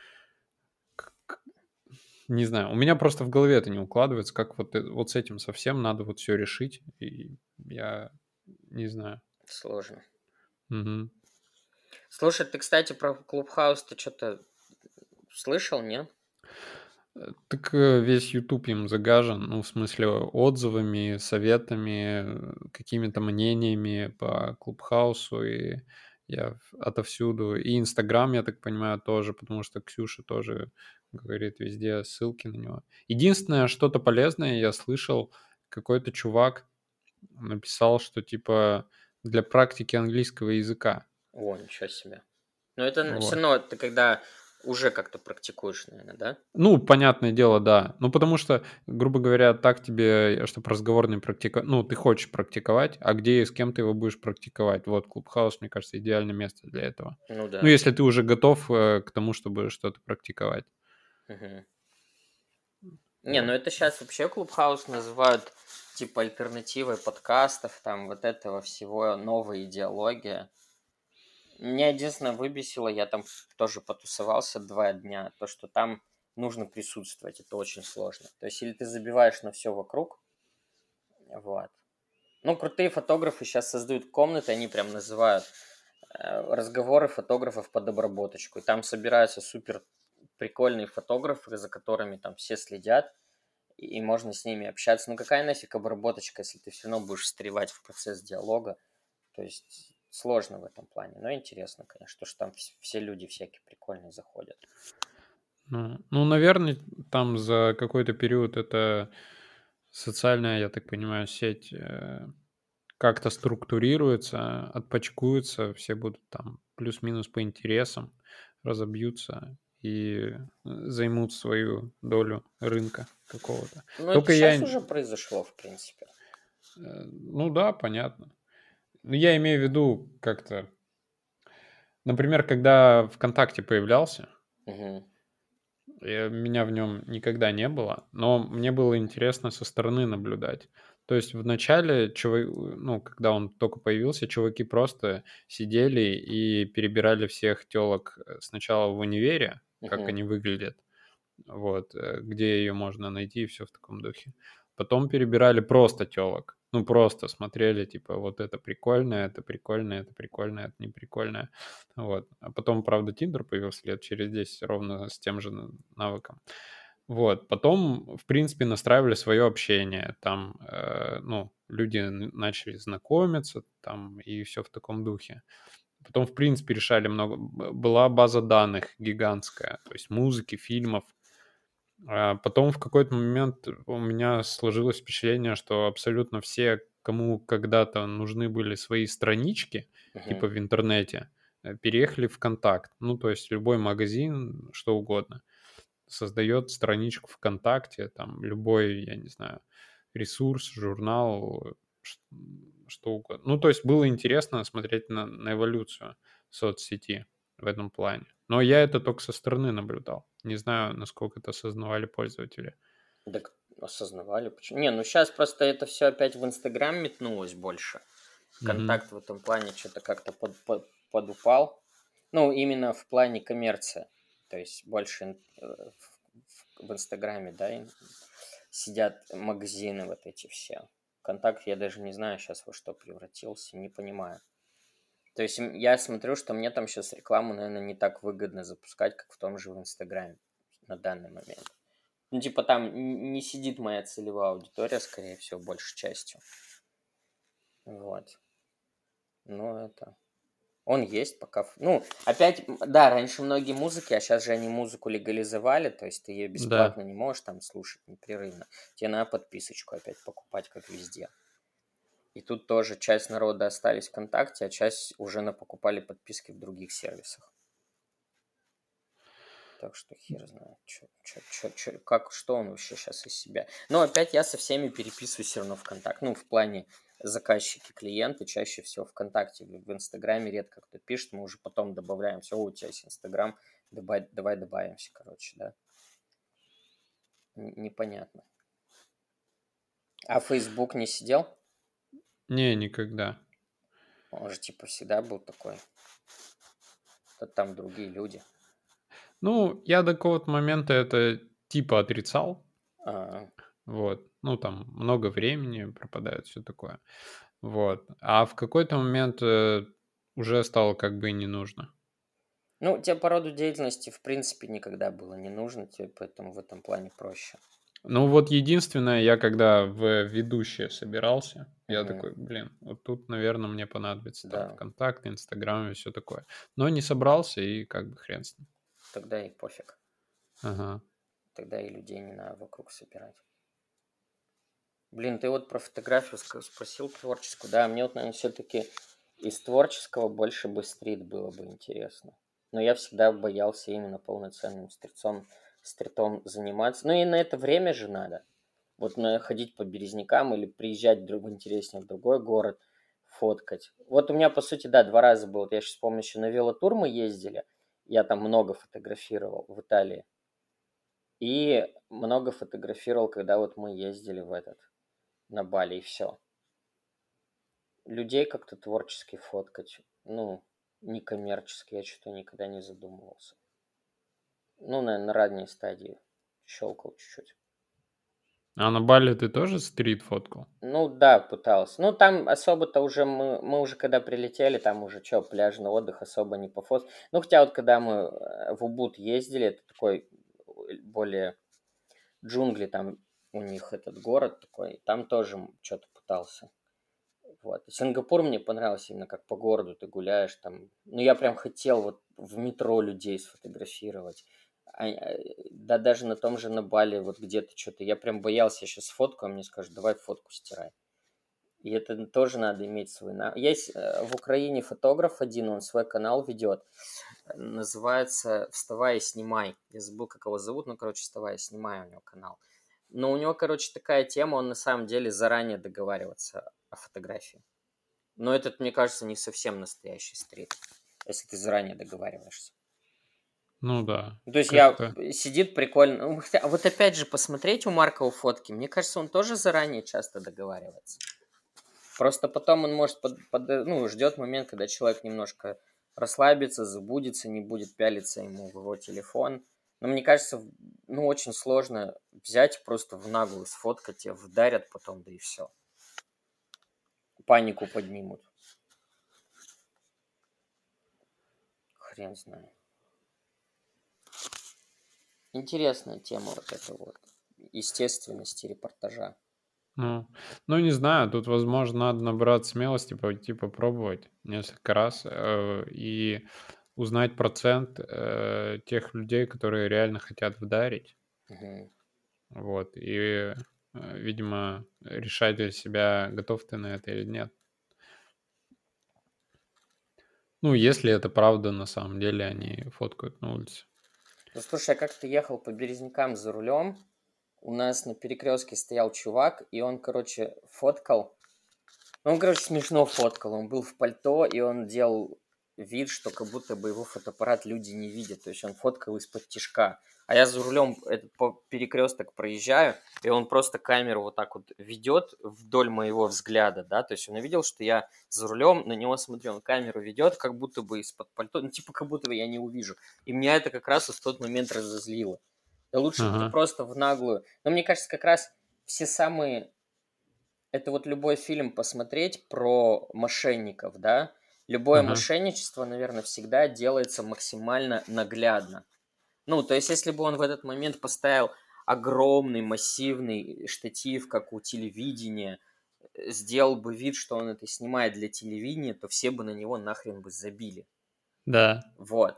не знаю, у меня просто в голове это не укладывается, как вот, э, вот с этим совсем надо вот все решить, и я не знаю. Сложно. Мгм. Слушай, ты, кстати, про Клубхаус ты что-то слышал, нет? Э, Так э, весь YouTube им загажен, ну, в смысле, отзывами, советами, э, какими-то мнениями по Клубхаусу, и я в- отовсюду. И Инстаграм, я так понимаю, тоже, потому что Ксюша тоже говорит везде ссылки на него. Единственное, что-то полезное я слышал, какой-то чувак написал, что типа для практики английского языка. О, ничего себе. Но это все Вот. равно, ты когда уже как-то практикуешь, наверное, да? Ну, понятное дело, да. Ну, потому что, грубо говоря, так тебе, чтобы разговорный практика... Ну, ты хочешь практиковать, а где и с кем ты его будешь практиковать? Вот, Клубхаус, мне кажется, идеальное место для этого. Ну Ну, да. если ты уже готов э, к тому, чтобы что-то практиковать. Мгм. Не, ну Вот. это сейчас вообще Клубхаус называют типа альтернативой подкастов, там вот этого всего, новая идеология. Меня единственное выбесило, я там тоже потусовался два дня, то, что там нужно присутствовать, это очень сложно. То есть или ты забиваешь на все вокруг, вот. Ну, крутые фотографы сейчас создают комнаты, они прям называют э, разговоры фотографов под обработочку. И там собираются супер прикольные фотографы, за которыми там все следят, и, и можно с ними общаться. Ну, какая нафиг обработочка, если ты все равно будешь встревать в процесс диалога. То есть сложно в этом плане, но интересно, конечно, что там вс- все люди всякие прикольные заходят. Ну, ну, наверное, там за какой-то период это социальная, я так понимаю, сеть э, как-то структурируется, отпочкуется, все будут там плюс-минус по интересам, разобьются и э, займут свою долю рынка какого-то. Ну, это Только я, сейчас н- уже произошло, в принципе. э, ну да, понятно. Но я имею в виду как-то, например, когда ВКонтакте появлялся, Мгм. э, меня в нем никогда не было, но мне было интересно со стороны наблюдать. То есть в начале, чува- ну, когда он только появился, чуваки просто сидели и перебирали всех телок сначала в универе, как Мгм. они выглядят, вот, э, где ее можно найти и все в таком духе. Потом перебирали просто телок. Ну, просто смотрели, типа, вот это прикольное, это прикольное, это прикольное, это не прикольное. Вот. А потом, правда, Тиндер появился лет через десять ровно с тем же на- навыком. Вот. Потом, в принципе, настраивали свое общение. Там, э, ну, люди н- начали знакомиться, там, и все в таком духе. Потом, в принципе, решали много. Б- Была база данных гигантская, то есть музыки, фильмов. А потом в какой-то момент у меня сложилось впечатление, что абсолютно все, кому когда-то нужны были свои странички, Мгм. типа в интернете, э, переехали в "Контакт". Ну, то есть любой магазин, что угодно, создает страничку ВКонтакте, там любой, я не знаю, ресурс, журнал. ш- что угодно. Ну, то есть было интересно смотреть на, на эволюцию соцсети в этом плане. Но я это только со стороны наблюдал. Не знаю, насколько это осознавали пользователи. Так осознавали, почему? Не, ну сейчас просто это все опять в Инстаграм метнулось больше. Мгм. Контакт в этом плане что-то как-то под, под- подупал. Ну, именно в плане коммерции. То есть больше э, в, в Инстаграме, да, и сидят магазины вот эти все. Контакт я даже не знаю сейчас во что превратился, не понимаю. То есть я смотрю, что мне там сейчас рекламу, наверное, не так выгодно запускать, как в том же в Инстаграме на данный момент. Ну, типа там не сидит моя целевая аудитория, скорее всего, большей частью. Вот. Ну, это... Он есть пока... Ну, опять, да, раньше многие музыки, а сейчас же они музыку легализовали, то есть ты ее Да. бесплатно не можешь там слушать непрерывно. Тебе надо подписочку опять покупать, как везде. И тут тоже часть народа остались ВКонтакте, а часть уже напокупали подписки в других сервисах. Так что хер знает, чё, чё, чё, чё, как, что он вообще сейчас из себя. Но опять я со всеми переписываюсь все равно ВКонтакт. Ну, в плане заказчики, клиенты, чаще всего ВКонтакте. В Инстаграме редко кто пишет, мы уже потом добавляем. Все, у тебя есть Инстаграм, давай, давай добавимся, короче, да. Н- непонятно. А Фейсбук не сидел? Не, никогда. Он же типа всегда был такой. То там другие люди. Ну, я до какого-то момента это типа отрицал. А, Вот. Ну, там много времени пропадает, все такое. Вот. А в какой-то момент э, уже стало как бы и не нужно. ну, тебе по роду деятельности в принципе никогда было не нужно, тебе поэтому в этом плане проще. Ну, вот единственное, я когда в ведущее собирался, я Мгм. такой, блин, вот тут, наверное, мне понадобится там Да, ВКонтакте, Инстаграм и все такое. Но не собрался, и как бы хрен с ним. тогда и пофиг. Ага. Тогда и людей не надо вокруг собирать. Блин, ты вот про фотографию ска- спросил творческую. Да, мне вот, наверное, все-таки из творческого больше бы стрит было бы интересно. Но я всегда боялся именно полноценным стритцом, стритом заниматься. Ну и на это время же надо. Вот на, ходить по Березнякам или приезжать в друг, интереснее в другой город, фоткать. Вот у меня, по сути, да, два раза было. Вот я сейчас помню, еще на велотур мы ездили. Я там много фотографировал в Италии. И много фотографировал, когда вот мы ездили в этот, на Бали, и все. Людей как-то творчески фоткать, ну, некоммерчески, я что-то никогда не задумывался. Ну, наверное, на ранней стадии щелкал чуть-чуть. А на Бали ты тоже стрит фоткал? Ну, да, пытался. Ну, там особо-то уже мы, мы уже когда прилетели, там уже что, пляжный отдых особо не по фото. Ну, хотя вот когда мы э, в Убуд ездили, это такой э, более джунгли, там у них этот город такой, там тоже что-то пытался. Вот. Сингапур мне понравился именно как по городу ты гуляешь там. Ну, я прям хотел вот в метро людей сфотографировать. А, а, да даже на том же на Бали вот где-то что-то. Я прям боялся, я сейчас фотку, а мне скажут, давай фотку стирай. И это тоже надо иметь свой... на- Есть э, в Украине фотограф один, он свой канал ведет. Называется «Вставай и снимай». Я забыл, как его зовут, но, короче, «Вставай и снимай» у него канал. Но у него, короче, такая тема, он на самом деле заранее договаривается о фотографии. Но этот, мне кажется, не совсем настоящий стрит, если ты заранее договариваешься. Ну да, Ну, то есть я как-то. сидит прикольно. Ну, хотя, вот опять же, посмотреть у Маркова фотки, мне кажется, он тоже заранее часто договаривается. Просто потом он может, под, под, ну, ждет момент, когда человек немножко расслабится, забудется, не будет пялиться ему в его телефон. Но мне кажется, ну, очень сложно взять и просто в наглую сфоткать, тебе вдарят потом, да и все. Панику поднимут. Хрен знает. Интересная тема вот эта вот естественности репортажа. Ну, ну, не знаю, тут, возможно, надо набрать смелости, пойти попробовать несколько раз э, и узнать процент э, тех людей, которые реально хотят вдарить. Мгм. Вот, и, э, видимо, решать для себя, готов ты на это или нет. Ну, если это правда, на самом деле они фоткают на улице. Ну слушай, я как-то ехал по Березнякам за рулем. У нас на перекрестке стоял чувак, и он, короче, фоткал Ну, он, короче, смешно фоткал. Он был в пальто, и он делал вид, что как будто бы его фотоаппарат люди не видят. То есть он фоткал из-под тишка. А я за рулем этот по перекресток проезжаю, и он просто камеру вот так вот ведет вдоль моего взгляда, да, то есть он увидел, что я за рулем, на него смотрю, он камеру ведет, как будто бы из-под пальто, ну, типа, как будто бы я не увижу. И меня это как раз в тот момент разозлило. Да лучше бы ты Ага, просто в наглую. Но мне кажется, как раз все самые... Это вот любой фильм посмотреть про мошенников, да? Любое ага, мошенничество, наверное, всегда делается максимально наглядно. Ну, то есть, если бы он в этот момент поставил огромный массивный штатив, как у телевидения, э, сделал бы вид, что он это снимает для телевидения, то все бы на него нахрен бы забили. да, Вот.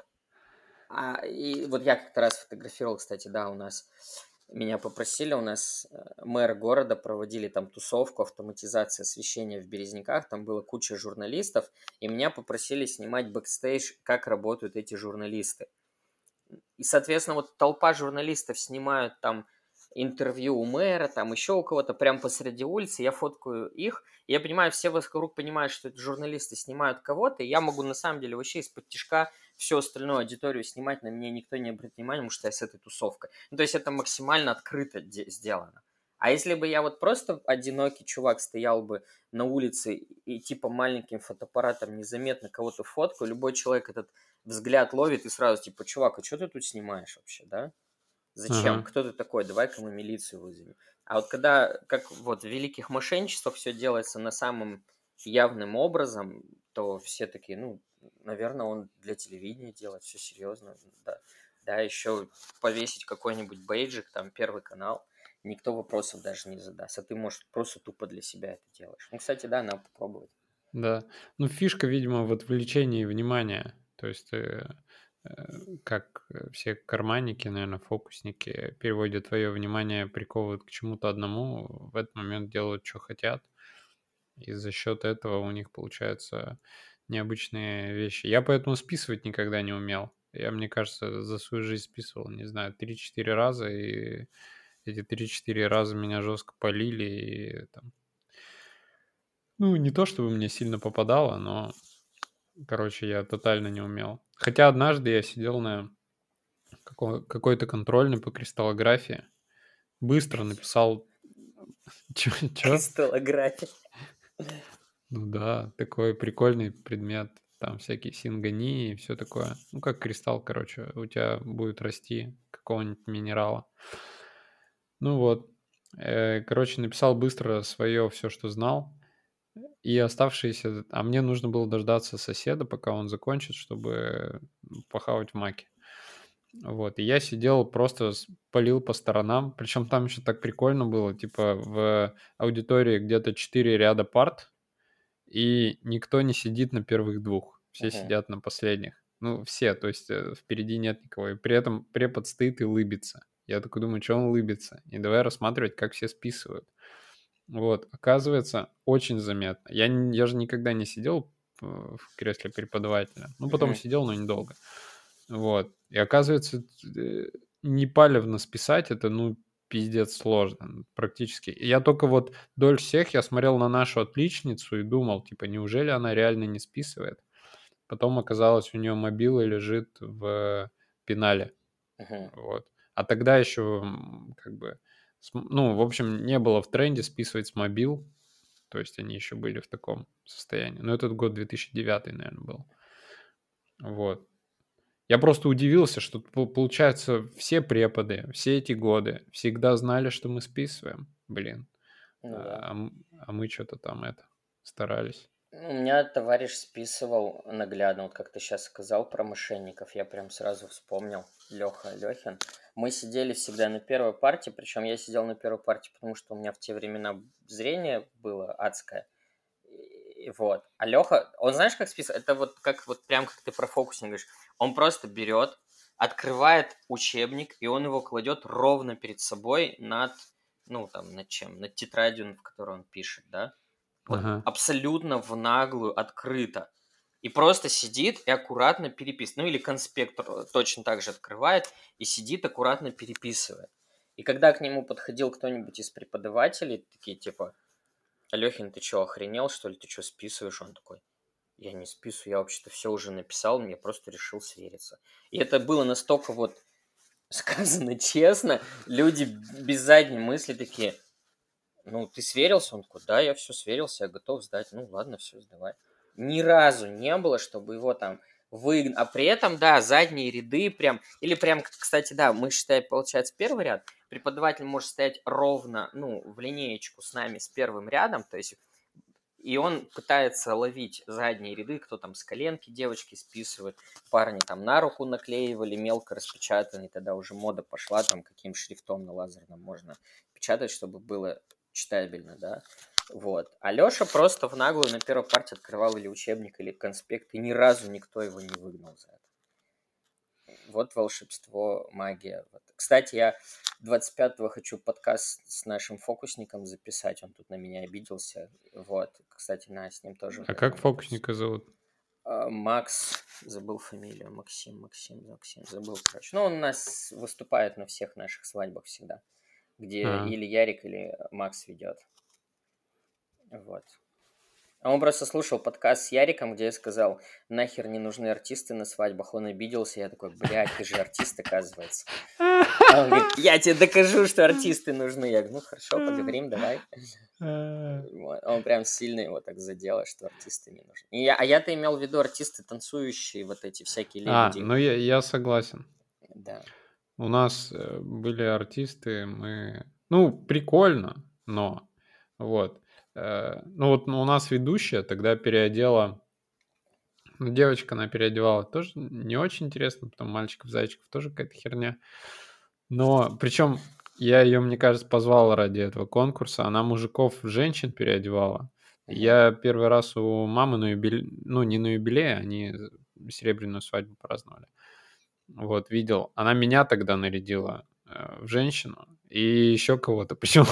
А, и вот я как-то раз фотографировал, кстати, да, у нас меня попросили, у нас э, мэр города проводили там тусовку, автоматизация освещения в Березниках, там было куча журналистов, и меня попросили снимать бэкстейдж, как работают эти журналисты. И, соответственно, вот толпа журналистов снимают там интервью у мэра, там еще у кого-то, прямо посреди улицы, я фоткаю их, и я понимаю, все вокруг понимают, что это журналисты снимают кого-то, и я могу на самом деле вообще из-под тишка всю остальную аудиторию снимать, на меня никто не обратит внимания, потому что я с этой тусовкой. Ну, то есть это максимально открыто де- сделано. А если бы я вот просто одинокий чувак стоял бы на улице и типа маленьким фотоаппаратом незаметно кого-то фоткаю, любой человек этот взгляд ловит и сразу типа, чувак, а что ты тут снимаешь вообще, да? Зачем? ага, Кто ты такой? Давай-ка мы милицию вызовем. А вот когда, как вот в великих мошенничествах все делается на самым явным образом, то все такие, ну, наверное, он для телевидения делает, все серьезно, да. Да, еще повесить какой-нибудь бейджик, там, Первый канал, никто вопросов даже не задаст, а ты, может, просто тупо для себя это делаешь. Ну, кстати, да, надо попробовать. да. Ну, фишка, видимо, в отвлечении внимания. То есть, э, э, как э, все карманники, наверное, фокусники переводят твое внимание, приковывают к чему-то одному, в этот момент делают, что хотят. И за счет этого у них получаются необычные вещи. Я поэтому списывать никогда не умел. Я, мне кажется, за свою жизнь списывал, не знаю, три-четыре раза, и эти три-четыре раза меня жестко полили, и там, ну, не то чтобы мне сильно попадало, но, короче, я тотально не умел. Хотя однажды я сидел на како- какой-то контрольной по кристаллографии, быстро написал... Чё? чё? Кристаллография. Ну да, такой прикольный предмет. Там всякие сингонии и все такое. Ну, как кристалл, короче, у тебя будет расти какого-нибудь минерала. Ну вот. Э, Короче, написал быстро свое все, что знал. И оставшиеся... А мне нужно было дождаться соседа, пока он закончит, чтобы похавать в маке. Вот. И я сидел, просто с- палил по сторонам. Причем там еще так прикольно было. Типа в аудитории где-то четыре ряда парт, и никто не сидит на первых двух, все Мгм. сидят на последних. Ну, все, то есть э, впереди нет никого. И при этом препод стоит и улыбится. Я такой думаю, что он улыбится? И давай рассматривать, как все списывают. Вот, оказывается, очень заметно. Я, н- я же никогда не сидел э, в кресле преподавателя. Ну, потом Мгм. сидел, но недолго. Вот. И оказывается, э, непалевно списать это, ну, пиздец сложно, н- практически. И я только вот дольше всех я смотрел на нашу отличницу и думал, типа, неужели она реально не списывает? Потом оказалось, у нее мобила лежит в пенале. Мгм. Вот. А тогда еще, м, как бы, с м- ну, в общем, не было в тренде списывать с мобил. То есть они еще были в таком состоянии. Но этот год две тысячи девятый, наверное, был. Вот. Я просто удивился, что по- получается все преподы, все эти годы всегда знали, что мы списываем. Блин. Ну да. А, м- а мы что-то там это старались. Ну, у меня товарищ списывал наглядно, вот как ты сейчас сказал про мошенников, я прям сразу вспомнил, Леха Лехин. Мы сидели всегда на первой партии, причем я сидел на первой партии, потому что у меня в те времена зрение было адское. И вот. А Леха, он знаешь, как списывает? Это вот как вот прям как ты про фокусинг говоришь. Он просто берет, открывает учебник, и он его кладет ровно перед собой над, ну там, над чем? Над тетрадью, в которой он пишет, да? Вот Ага. абсолютно в наглую, открыто. И просто сидит и аккуратно переписывает. Ну или конспект точно так же открывает и сидит аккуратно переписывает. И когда к нему подходил кто-нибудь из преподавателей, такие типа, Алёхин, ты чё, охренел, что ли? Ты чё, списываешь? Он такой: я не списываю, я вообще-то все уже написал, я просто решил свериться. И это было настолько вот сказано честно, люди без задней мысли такие: ну, ты сверился? Он такой: да, я все сверился, я готов сдать. Ну, ладно, все, сдавай. Ни разу не было, чтобы его там выгнали. А при этом, да, задние ряды прям... Или прям, кстати, да, мы считаем, получается, первый ряд. Преподаватель может стоять ровно, ну, в линеечку с нами, с первым рядом, то есть... И он пытается ловить задние ряды, кто там с коленки девочки списывает, парни там на руку наклеивали, мелко распечатанный, тогда уже мода пошла, там каким шрифтом на лазерном можно печатать, чтобы было читабельно, да. Вот. А Лёша просто в наглую на первой партии открывал или учебник, или конспект, и ни разу никто его не выгнал за это. Вот волшебство, магия. Вот. Кстати, я двадцать пятого хочу подкаст с нашим фокусником записать. Он тут на меня обиделся. Вот. Кстати, на, с ним тоже. А как фокусника зовут? А, Макс, забыл фамилию. Максим, Максим, Максим, забыл, короче. Ну, он у нас выступает на всех наших свадьбах всегда. Где А. или Ярик, или Макс ведет. Вот. А он просто слушал подкаст с Яриком, где я сказал: нахер не нужны артисты на свадьбах. Он обиделся, я такой: блядь, ты же артист, оказывается. А он говорит: я тебе докажу, что артисты нужны. Я говорю: ну хорошо, поговорим, давай. Он прям сильно его так задело, что артисты не нужны. И я, а я-то имел в виду артисты танцующие, вот эти всякие лебеди. А, ну я, я согласен. Да. У нас э, были артисты, мы... Ну, прикольно, но... Вот. Э, ну вот у нас ведущая тогда переодела... Ну, девочка она переодевала тоже не очень интересно, потом мальчиков-зайчиков тоже какая-то херня. Но причем я ее, мне кажется, позвал ради этого конкурса. Она мужиков в женщин переодевала. Мгм. Я первый раз у мамы на юбилей... Ну, не на юбилей, они серебряную свадьбу праздновали. Вот, видел. Она меня тогда нарядила э, в женщину и еще кого-то. Почему?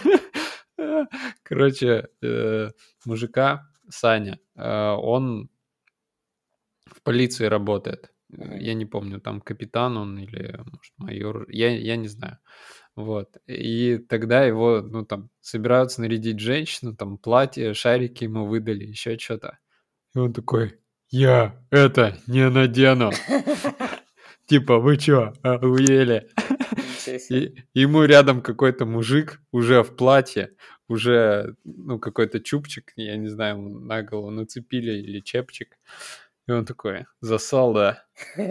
Короче, э, мужика Саня, э, он в полиции работает. Мгм. Я не помню, там капитан он или, может, майор. Я, я не знаю. Вот. И тогда его, ну, там, собираются нарядить женщину, там, платье, шарики ему выдали, еще что-то. И он такой: я это не надену. Типа, вы чё, охуели? Ничего себе. И ему рядом какой-то мужик уже в платье, уже, ну, какой-то чубчик, я не знаю, ему на голову нацепили или чепчик. И он такой: засал, да?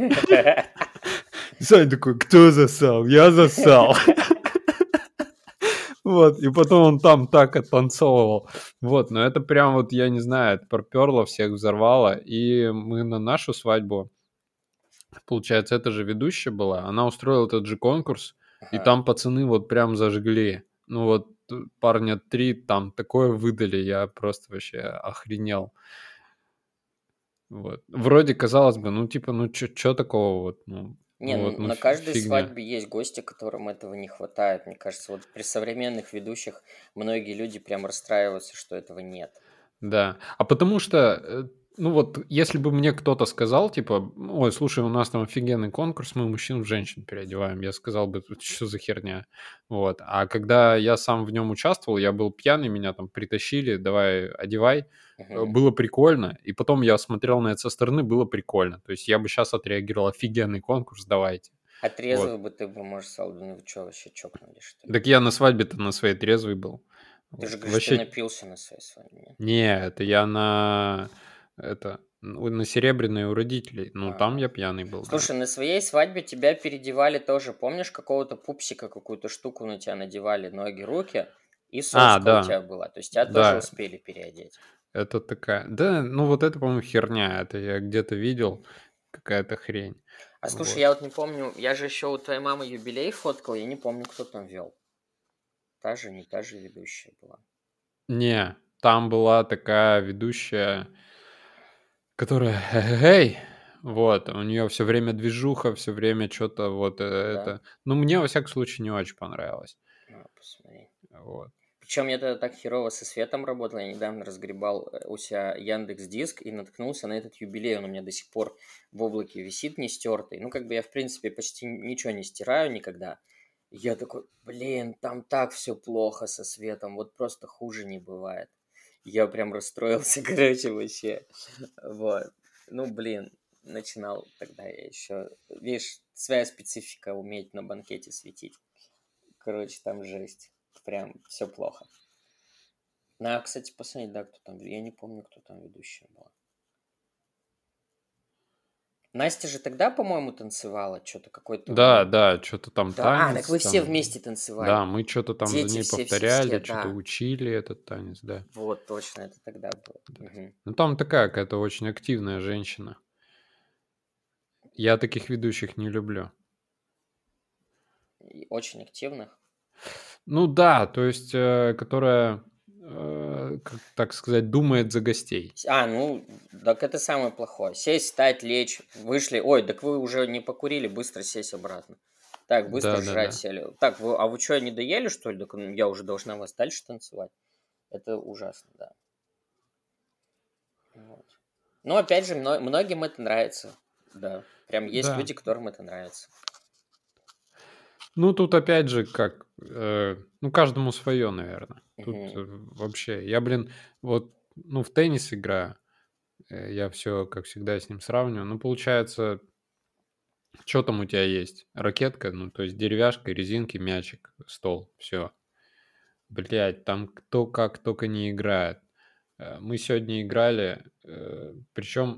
И Саня такой: кто засал? Я засал. Вот, и потом он там так оттанцовывал. Вот, но это прям вот, я не знаю, это проперло, всех взорвало. И мы на нашу свадьбу, получается, это же ведущая была, она устроила этот же конкурс, и Ага. там пацаны вот прям зажгли. Ну вот т- парня три там такое выдали, я просто вообще охренел. Вот. Вроде, казалось бы, ну типа, ну чё такого вот, ну, Не, ну ну вот, ну на фи- каждой фигня. свадьбе есть гости, которым этого не хватает. Мне кажется, вот при современных ведущих многие люди прям расстраиваются, что этого нет. Да. А потому что, э, ну вот, если бы мне кто-то сказал, типа: ой, слушай, у нас там офигенный конкурс, мы мужчин в женщин переодеваем, я сказал бы: что за херня? Вот. А когда я сам в нем участвовал, я был пьяный, меня там притащили, давай, одевай. Э, Мгм. Было прикольно. И потом я смотрел на это со стороны, было прикольно. То есть я бы сейчас отреагировал: офигенный конкурс, давайте. А Вот. трезвый бы ты бы, может, сказал: да ну вы что, вообще чокнули, что ли? Так я на свадьбе-то на своей трезвый был. Ты Вот. же говоришь, ты Вообще напился на своей свадьбе, не? Не, это я на это ну, на Серебряной у родителей. Ну, там А. я пьяный был, да. Слушай, на своей свадьбе тебя переодевали тоже. Помнишь, какого-то пупсика, какую-то штуку на тебя надевали, ноги, руки, и А, соска у да, тебя была. То есть тебя тоже да, успели переодеть. это такая... Да, ну вот это, по-моему, херня. Это я где-то видел. Какая-то хрень. А слушай, Вот. я вот не помню, я же еще у твоей мамы юбилей фоткал, я не помню, кто там вел. Та же, не та же ведущая была. Не, там была такая ведущая, которая... Эй! Вот, у нее все время движуха, все время что-то вот э, Да? это... Ну, мне, во всяком случае, не очень понравилось. А, посмотри. Вот. Причем я тогда так херово со светом работал, я недавно разгребал э, у себя Яндекс Диск и наткнулся на этот юбилей, он у меня до сих пор в облаке висит не стертый. Ну, как бы я, в принципе, почти ничего не стираю никогда. Я такой, блин, там так все плохо со светом, вот просто хуже не бывает. Я прям расстроился, короче, вообще. Вот. Ну, блин, начинал тогда я еще... Видишь, своя специфика уметь на банкете светить. Короче, там жесть. Прям все плохо. Ну, а, кстати, посмотреть, да, кто там... Я не помню, кто там ведущая была. Настя же тогда, по-моему, танцевала что-то, какой-то у Да, нее... да, что-то там Да, а, так танец, вы все там, вместе да, танцевали. мы что-то там за Дети ней все-все-все, повторяли, что-то да. учили этот танец, да. Вот, точно, это тогда было. Да. Мгм. Ну, там такая какая-то очень активная женщина. Я таких ведущих не люблю. И очень активных. Ну да, то есть, э, которая, э, как так сказать, думает за гостей. С- А, ну, так это самое плохое. Сесть, встать, лечь, вышли. Ой, так вы уже не покурили, быстро сесть обратно. Так, быстро жрать Да-да-да. сели. Так, вы, а вы что, не доели, что ли? Так ну, я уже должна вас дальше танцевать. Это ужасно, да. Вот. Но опять же, мно- многим это нравится. Да. Прям есть Да. люди, которым это нравится. Ну, тут опять же, как, э, ну, каждому свое, наверное. Тут Мгм. э, вообще, я, блин, вот, ну, в теннис играю, э, я все, как всегда, с ним сравниваю. Ну, получается, что там у тебя есть? Ракетка, ну, то есть деревяшка, резинки, мячик, стол, все. Блять, там кто как только не играет. Э, Мы сегодня играли, причем,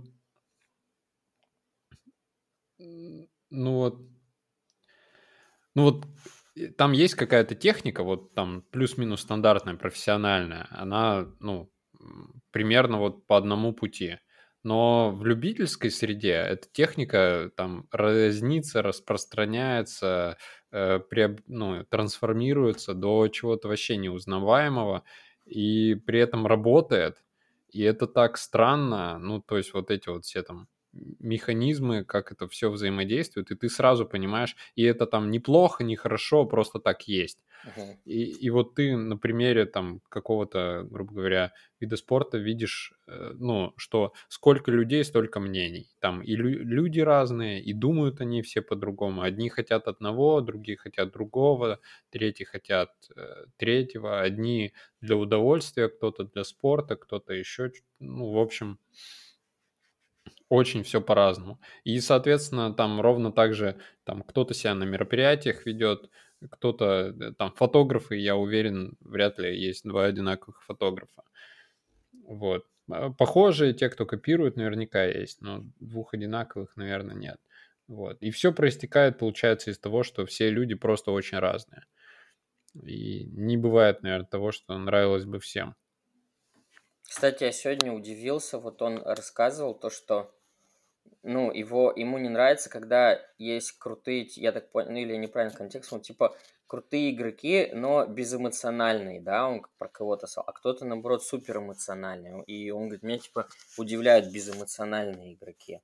ну вот, ну вот э, там есть какая-то техника, вот там плюс-минус стандартная, профессиональная, она, ну, м, примерно вот по одному пути. Но в любительской среде эта техника там разнится, распространяется, э, преоб- ну, трансформируется до чего-то вообще неузнаваемого и при этом работает. И это так странно, ну, то есть вот эти вот все там механизмы, как это все взаимодействует, и ты сразу понимаешь, и это там неплохо, не хорошо, просто так есть. Мгм. И, и вот ты на примере там какого-то, грубо говоря, вида спорта видишь, э, ну, что сколько людей, столько мнений. Там и лю- люди разные, и думают они все по-другому. Одни хотят одного, другие хотят другого, третьи хотят э, третьего. Одни для удовольствия, кто-то для спорта, кто-то еще. чё- Ну, в общем, очень все по-разному. И, соответственно, там ровно так же там кто-то себя на мероприятиях ведет, кто-то э, там фотографы, я уверен, вряд ли есть два одинаковых фотографа. Вот. А Похожие, те, кто копирует, наверняка есть, но двух одинаковых, наверное, нет. Вот. И все проистекает, получается, из того, что все люди просто очень разные. И не бывает, наверное, того, что нравилось бы всем. Кстати, я сегодня удивился, вот он рассказывал то, что ну, его, ему не нравится, когда есть крутые, я так понял, ну или я неправильно контекст, ну, типа, крутые игроки, но безэмоциональные, да, он про кого-то сказал, а кто-то, наоборот, супер эмоциональный, и он говорит, меня, типа, удивляют безэмоциональные игроки.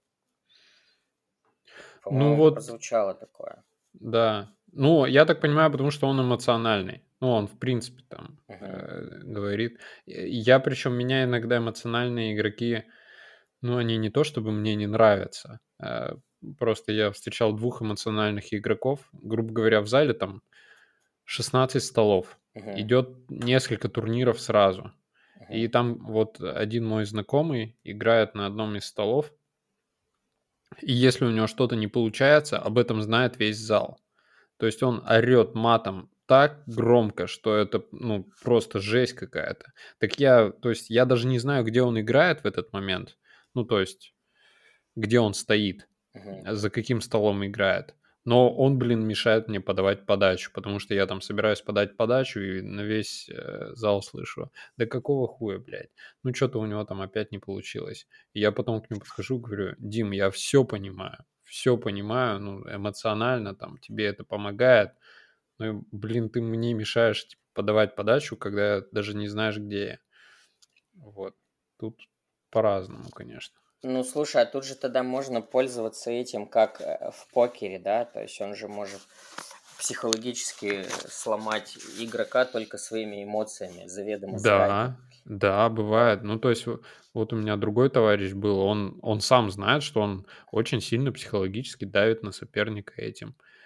Ну По-моему, вот, прозвучало такое. да. Ну, я так понимаю, потому что он эмоциональный. Ну, он, в принципе, там Мгм. э, говорит. Э, Я, причем, меня иногда эмоциональные игроки, ну, они не то чтобы мне не нравятся. э, Просто я встречал двух эмоциональных игроков. Грубо говоря, в зале там шестнадцать столов. Мгм. Идет несколько турниров сразу. Мгм. И там вот один мой знакомый играет на одном из столов. И если у него что-то не получается, об этом знает весь зал. То есть он орет матом так громко, что это, ну, просто жесть какая-то. Так я, то есть я даже не знаю, где он играет в этот момент. Ну, то есть, где он стоит, Мгм. за каким столом играет. Но он, блин, мешает мне подавать подачу, потому что я там собираюсь подать подачу и на весь э, зал слышу: да какого хуя, блядь? Ну, что-то у него там опять не получилось. И я потом к нему подхожу, говорю: Дим, я все понимаю, все понимаю, ну, эмоционально там тебе это помогает, ну, блин, ты мне мешаешь типа, подавать подачу, когда даже не знаешь, где я. Вот. Тут по-разному, конечно. Ну, слушай, а тут же тогда можно пользоваться этим, как э, в покере, да, то есть он же может психологически сломать игрока только своими эмоциями, заведомо заранее. Да, да, Вот. бывает. Ну, то есть, во- вот у меня другой товарищ был, он, он сам знает, что он очень сильно психологически давит на соперника этим.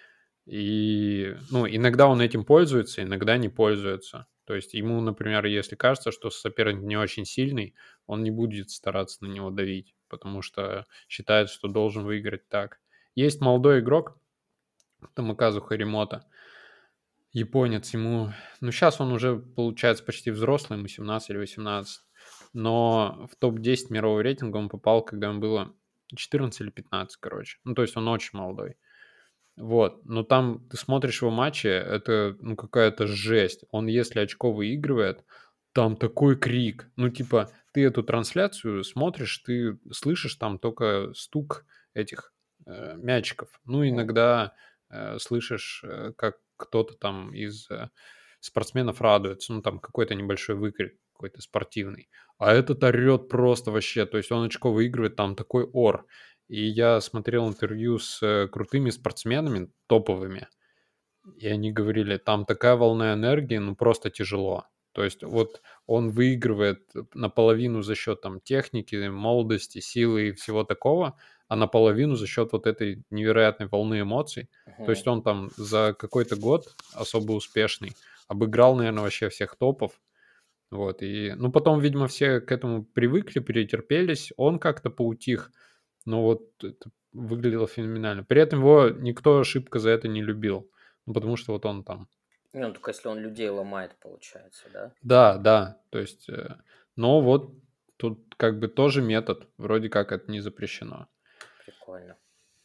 И, ну, иногда он этим пользуется, иногда не пользуется. То есть ему, например, если кажется, что соперник не очень сильный, он не будет стараться на него давить, потому что считает, что должен выиграть так. Есть молодой игрок, Томаказу Харимота, японец, ему... Ну, сейчас он уже, получается, почти взрослый, ему семнадцать или восемнадцать. Но в топ десять мирового рейтинга он попал, когда ему было четырнадцать или пятнадцать, короче. Ну, то есть он очень молодой. Вот, но там ты смотришь его матчи, это, ну, какая-то жесть. Он, если очко выигрывает, там такой крик. Ну, типа, ты эту трансляцию смотришь, ты слышишь там только стук этих э, мячиков. Ну, иногда э, слышишь, э, как кто-то там из э, спортсменов радуется, ну, там какой-то небольшой выкрик, какой-то спортивный. А этот орет просто вообще, то есть он очко выигрывает, там такой ор. И я смотрел интервью с э, крутыми спортсменами, топовыми, и они говорили, там такая волна энергии, ну просто тяжело. То есть вот он выигрывает наполовину за счет там техники, молодости, силы и всего такого, а наполовину за счет вот этой невероятной волны эмоций. То есть он там за какой-то год особо успешный обыграл, наверное, вообще всех топов. Вот, и, ну, потом, видимо, все к этому привыкли, перетерпелись, он как-то поутих, но вот это выглядело феноменально. При этом его никто шибко за это не любил, ну, потому что вот он там... Не, ну только если он людей ломает, получается, да? Да, да, то есть, э, но вот тут как бы тоже метод, вроде как это не запрещено. Прикольно.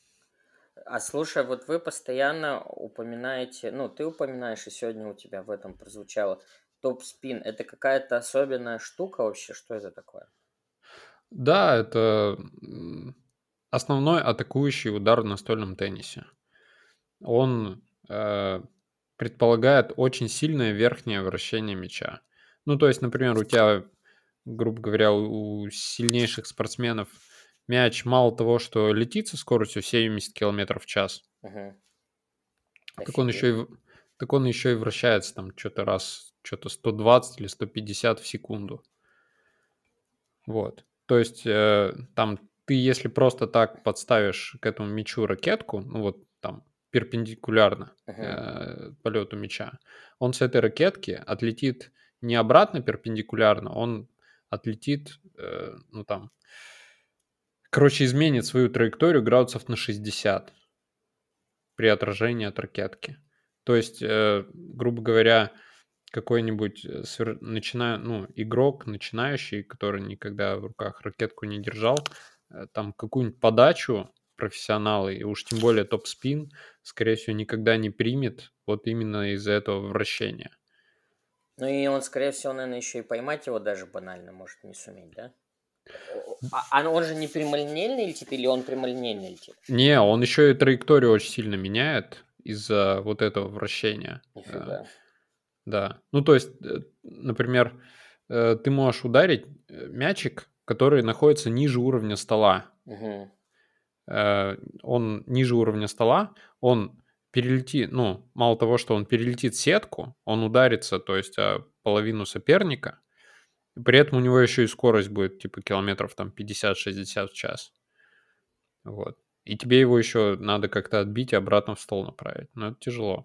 А слушай, вот вы постоянно упоминаете, ну, ты упоминаешь, и сегодня у тебя в этом прозвучало, топ-спин. Это какая-то особенная штука вообще? Что это такое? Да, это м, основной атакующий удар в настольном теннисе. Он э, предполагает очень сильное верхнее вращение мяча. Ну, то есть, например, у тебя, грубо говоря, у сильнейших спортсменов мяч мало того, что летит со скоростью семьдесят километров в час, Угу. так он еще Офигеть. и, так он еще и вращается там что-то раз, что-то сто двадцать или сто пятьдесят в секунду. Вот. То есть э, там ты, если просто так подставишь к этому мячу ракетку, ну вот там перпендикулярно Угу. э, полету мяча, он с этой ракетки отлетит не обратно перпендикулярно, он отлетит, э, ну там, короче, изменит свою траекторию градусов на шестьдесят при отражении от ракетки. То есть, э, грубо говоря, какой-нибудь э, свер- начина... ну, игрок, начинающий, который никогда в руках ракетку не держал, э, там какую-нибудь подачу профессионалы, и уж тем более топ-спин, скорее всего, никогда не примет вот именно из-за этого вращения. Ну и он, скорее всего, наверное, еще и поймать его даже банально может не суметь, да? А, а он же не прямолинейный летит, или он прямолинейный летит? Не, он еще и траекторию очень сильно меняет из-за вот этого вращения. Э, Нифига. Да. Ну, то есть, э, например, э, ты можешь ударить э, мячик, который находится ниже уровня стола. Угу. Э, Он ниже уровня стола, он перелетит, ну, мало того, что он перелетит сетку, он ударится, то есть, о половину соперника, и при этом у него еще и скорость будет, типа, километров там пятьдесят-шестьдесят в час. Вот. И тебе его еще надо как-то отбить и обратно в стол направить. Но это тяжело.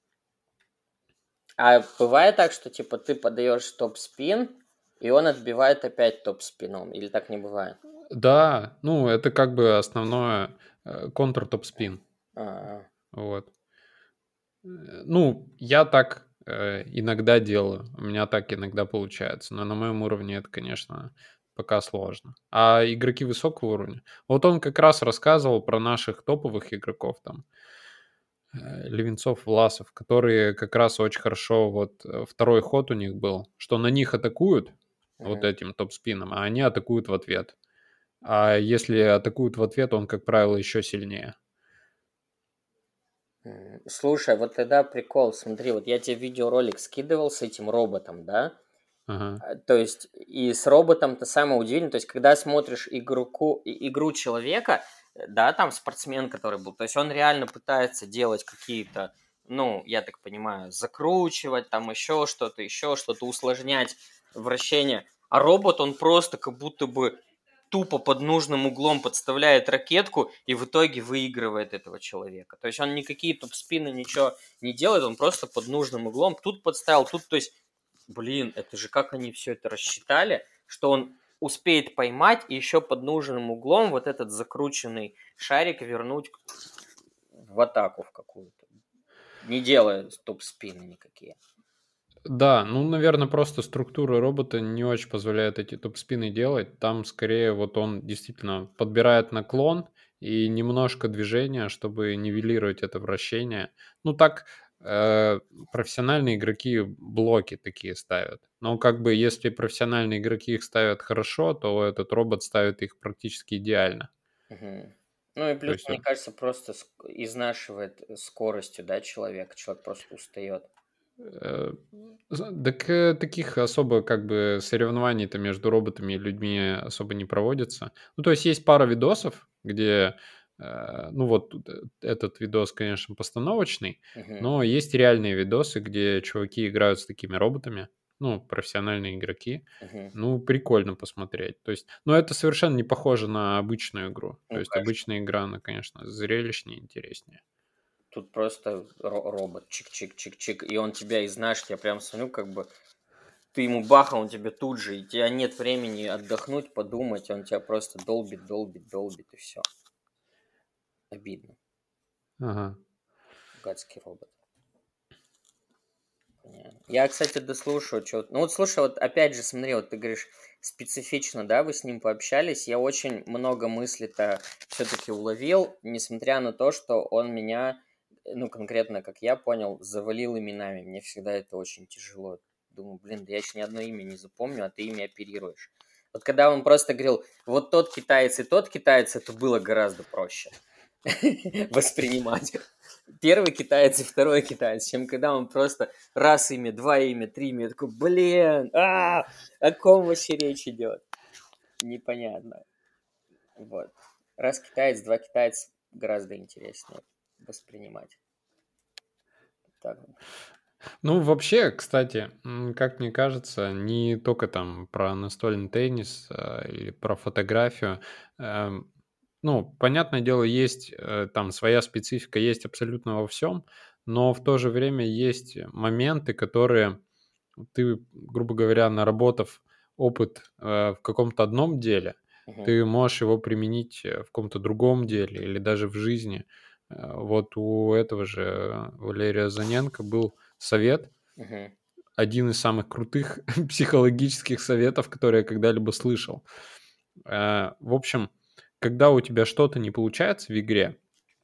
А бывает так, что типа ты подаешь топ-спин, и он отбивает опять топ-спином, или так не бывает? Да, ну, это как бы основное э, контр-топ-спин. А, Вот. Э, Ну, я так э, иногда делаю. У меня так иногда получается. Но на моем уровне это, конечно, пока сложно. А игроки высокого уровня. Вот он как раз рассказывал про наших топовых игроков там. э, Левинцов, Власов, которые как раз очень хорошо, вот э, второй ход у них был, что на них атакуют вот мгм. этим топ-спином, а они атакуют в ответ. А если атакуют в ответ, он, как правило, еще сильнее. М, Слушай, вот тогда прикол, смотри, вот я тебе видеоролик скидывал с этим роботом, да? Ага. А, То есть, и с роботом-то самое удивительное, то есть, когда смотришь игроку, и- игру человека, э, да, там спортсмен, который был, то есть, он реально пытается делать какие-то, ну, я так понимаю, закручивать, там еще что-то, еще что-то, усложнять вращение, а робот, он просто как будто бы тупо под нужным углом подставляет ракетку и в итоге выигрывает этого человека. То есть он никакие топ-спины, ничего не делает, он просто под нужным углом тут подставил, тут, то есть, блин, это же как они все это рассчитали, что он успеет поймать и еще под нужным углом вот этот закрученный шарик вернуть в атаку в какую-то, не делая топ-спины никакие. Да, ну, наверное, просто структура робота не очень позволяет эти топ-спины делать. Там скорее вот он действительно подбирает наклон и немножко движения, чтобы нивелировать это вращение. Ну, так э, профессиональные игроки блоки такие ставят. Но как бы если профессиональные игроки их ставят хорошо, то этот робот ставит их практически идеально. Мгм. Ну и То плюс, есть мне кажется, просто ск- изнашивает скоростью, да, человек. Человек просто устает. Э, з дак, э, таких особо как бы соревнований-то между роботами и людьми особо не проводится. Ну, то есть есть пара видосов, где, э, ну, вот тут, э, этот видос, конечно, постановочный, Мгм. но есть реальные видосы, где чуваки играют с такими роботами, ну, профессиональные игроки. Мгм. Ну, прикольно посмотреть. То есть, но это совершенно не похоже на обычную игру. То Ну, есть конечно. обычная игра, она, конечно, зрелищнее, интереснее. Тут просто ро- робот, чик-чик-чик-чик, и он тебя изнашивает. Я прям смотрю, как бы ты ему баха, он тебе тут же, и у тебя нет времени отдохнуть, подумать, он тебя просто долбит, долбит, долбит, и все. Обидно. Ага. Гадский робот. Понятно. Я, кстати, дослушаю, что... Ну вот слушай, вот опять же, смотри, вот ты говоришь, специфично, да, вы с ним пообщались. Я очень много мыслей-то все-таки уловил, несмотря на то, что он меня, ну, конкретно, как я понял, завалил именами. Мне всегда это очень тяжело. Думаю, блин, да я еще ни одно имя не запомню, а ты ими оперируешь. Вот когда он просто говорил, вот тот китаец и тот китаец, это было гораздо проще воспринимать. Первый китаец и второй китаец, чем когда он просто раз имя, два имя, три имя, я такой, блин, а, о ком вообще речь идет? Непонятно. Вот. Раз китаец, два китаец гораздо интереснее воспринимать. Так. Ну, вообще, кстати, м, как мне кажется, не только там про настольный теннис а, или про фотографию. эм, Ну, понятное дело, есть э, там своя специфика, есть абсолютно во всем, но в то же время есть моменты, которые ты, грубо говоря, наработав опыт э, в каком-то одном деле, Мгм, ты можешь его применить э, в каком-то другом деле или даже в жизни. Э, Вот у этого же э, Валерия Заненко был совет, мгм, один из самых крутых психологических советов, которые я когда-либо слышал. Э, В общем, когда у тебя что-то не получается в игре,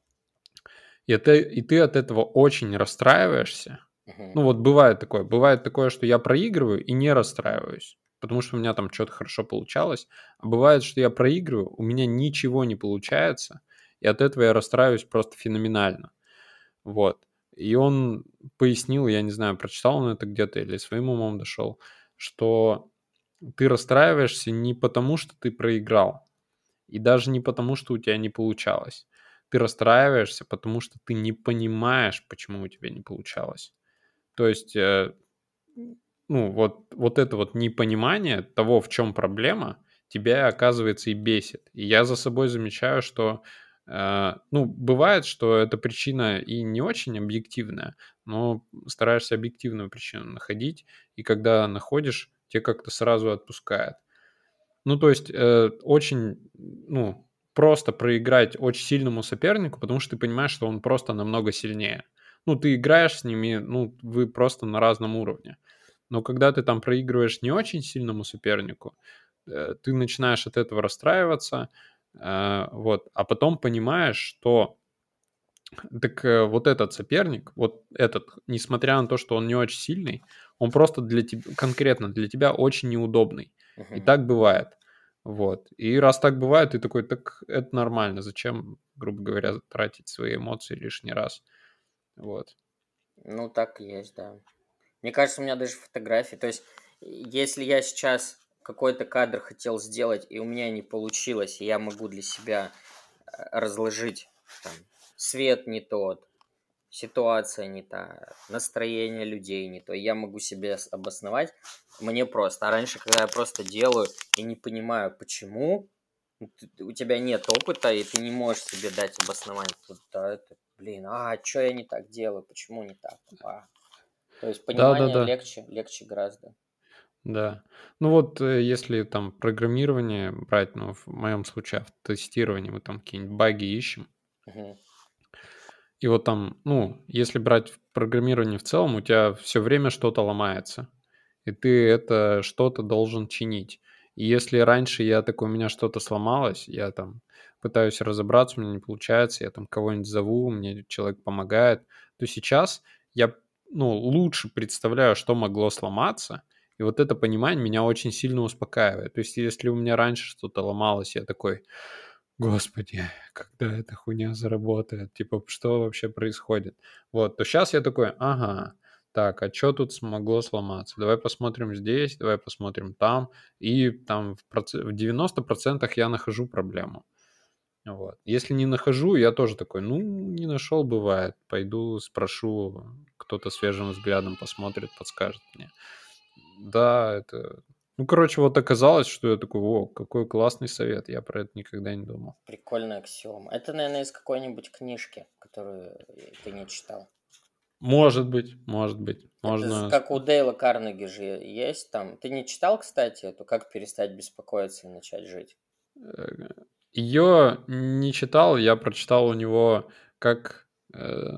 и ты, и ты от этого очень расстраиваешься. мгм, Ну вот бывает такое. Бывает такое, что я проигрываю и не расстраиваюсь, потому что у меня там что-то хорошо получалось. А бывает, что я проигрываю, у меня ничего не получается, и от этого я расстраиваюсь просто феноменально. Вот. И он пояснил, я не знаю, прочитал он это где-то или своим умом дошел, что ты расстраиваешься не потому, что ты проиграл, и даже не потому, что у тебя не получалось. Ты расстраиваешься, потому что ты не понимаешь, почему у тебя не получалось. То есть, э, ну, вот, вот это вот непонимание того, в чем проблема, тебя, оказывается, и бесит. И я за собой замечаю, что, э, ну, бывает, что эта причина и не очень объективная, но стараешься объективную причину находить, и когда находишь, тебе как-то сразу отпускает. Ну, то есть, э, очень, ну, просто проиграть очень сильному сопернику, потому что ты понимаешь, что он просто намного сильнее. Ну, ты играешь с ними, ну, вы просто на разном уровне. Но когда ты там проигрываешь не очень сильному сопернику, э, ты начинаешь от этого расстраиваться, э, вот, а потом понимаешь, что так э, вот этот соперник, вот этот, несмотря на то, что он не очень сильный, он просто для тебя, конкретно для тебя очень неудобный. И мгм. так бывает. Вот. И раз так бывает, ты такой, так это нормально. Зачем, грубо говоря, тратить свои эмоции лишний раз? Вот. Ну, так и есть, да. Мне кажется, у меня даже фотографии. То есть, если я сейчас какой-то кадр хотел сделать, и у меня не получилось, и я могу для себя э, разложить там, свет не тот, ситуация не та, настроение людей не то, я могу себе с- обосновать, мне просто. А раньше, когда я просто делаю и не понимаю, почему, Ты- у тебя нет опыта, и ты не можешь себе дать обоснование. Тут, да, это, блин, а что я не так делаю, почему не так? А. То есть понимание Да-да-да, легче, легче гораздо. да. Ну вот, э, если там программирование брать, ну, в моем случае в тестировании мы там какие-нибудь баги ищем, Мгм. и вот там, ну, если брать в программировании в целом, у тебя все время что-то ломается, и ты это что-то должен чинить. И если раньше я такой, у меня что-то сломалось, я там пытаюсь разобраться, у меня не получается, я там кого-нибудь зову, мне человек помогает, то сейчас я, ну, лучше представляю, что могло сломаться, и вот это понимание меня очень сильно успокаивает. То есть если у меня раньше что-то ломалось, я такой, господи, когда эта хуйня заработает, типа, что вообще происходит? Вот, то сейчас я такой, ага, так, а что тут смогло сломаться? Давай посмотрим здесь, давай посмотрим там, и там в, проц- в девяноста процентах я нахожу проблему. Вот. Если не нахожу, я тоже такой, ну, не нашел, бывает, пойду спрошу, кто-то свежим взглядом посмотрит, подскажет мне. Да, это... Ну, короче, вот оказалось, что я такой, о, какой классный совет, я про это никогда не думал. Прикольный аксиом. Это, наверное, из какой-нибудь книжки, которую ты не читал. Может быть, может быть. Это з- Можно... как у Дейла Карнеги же есть там. Ты не читал, кстати, эту «Как перестать беспокоиться и начать жить»? Ее не читал, я прочитал у него, как... э,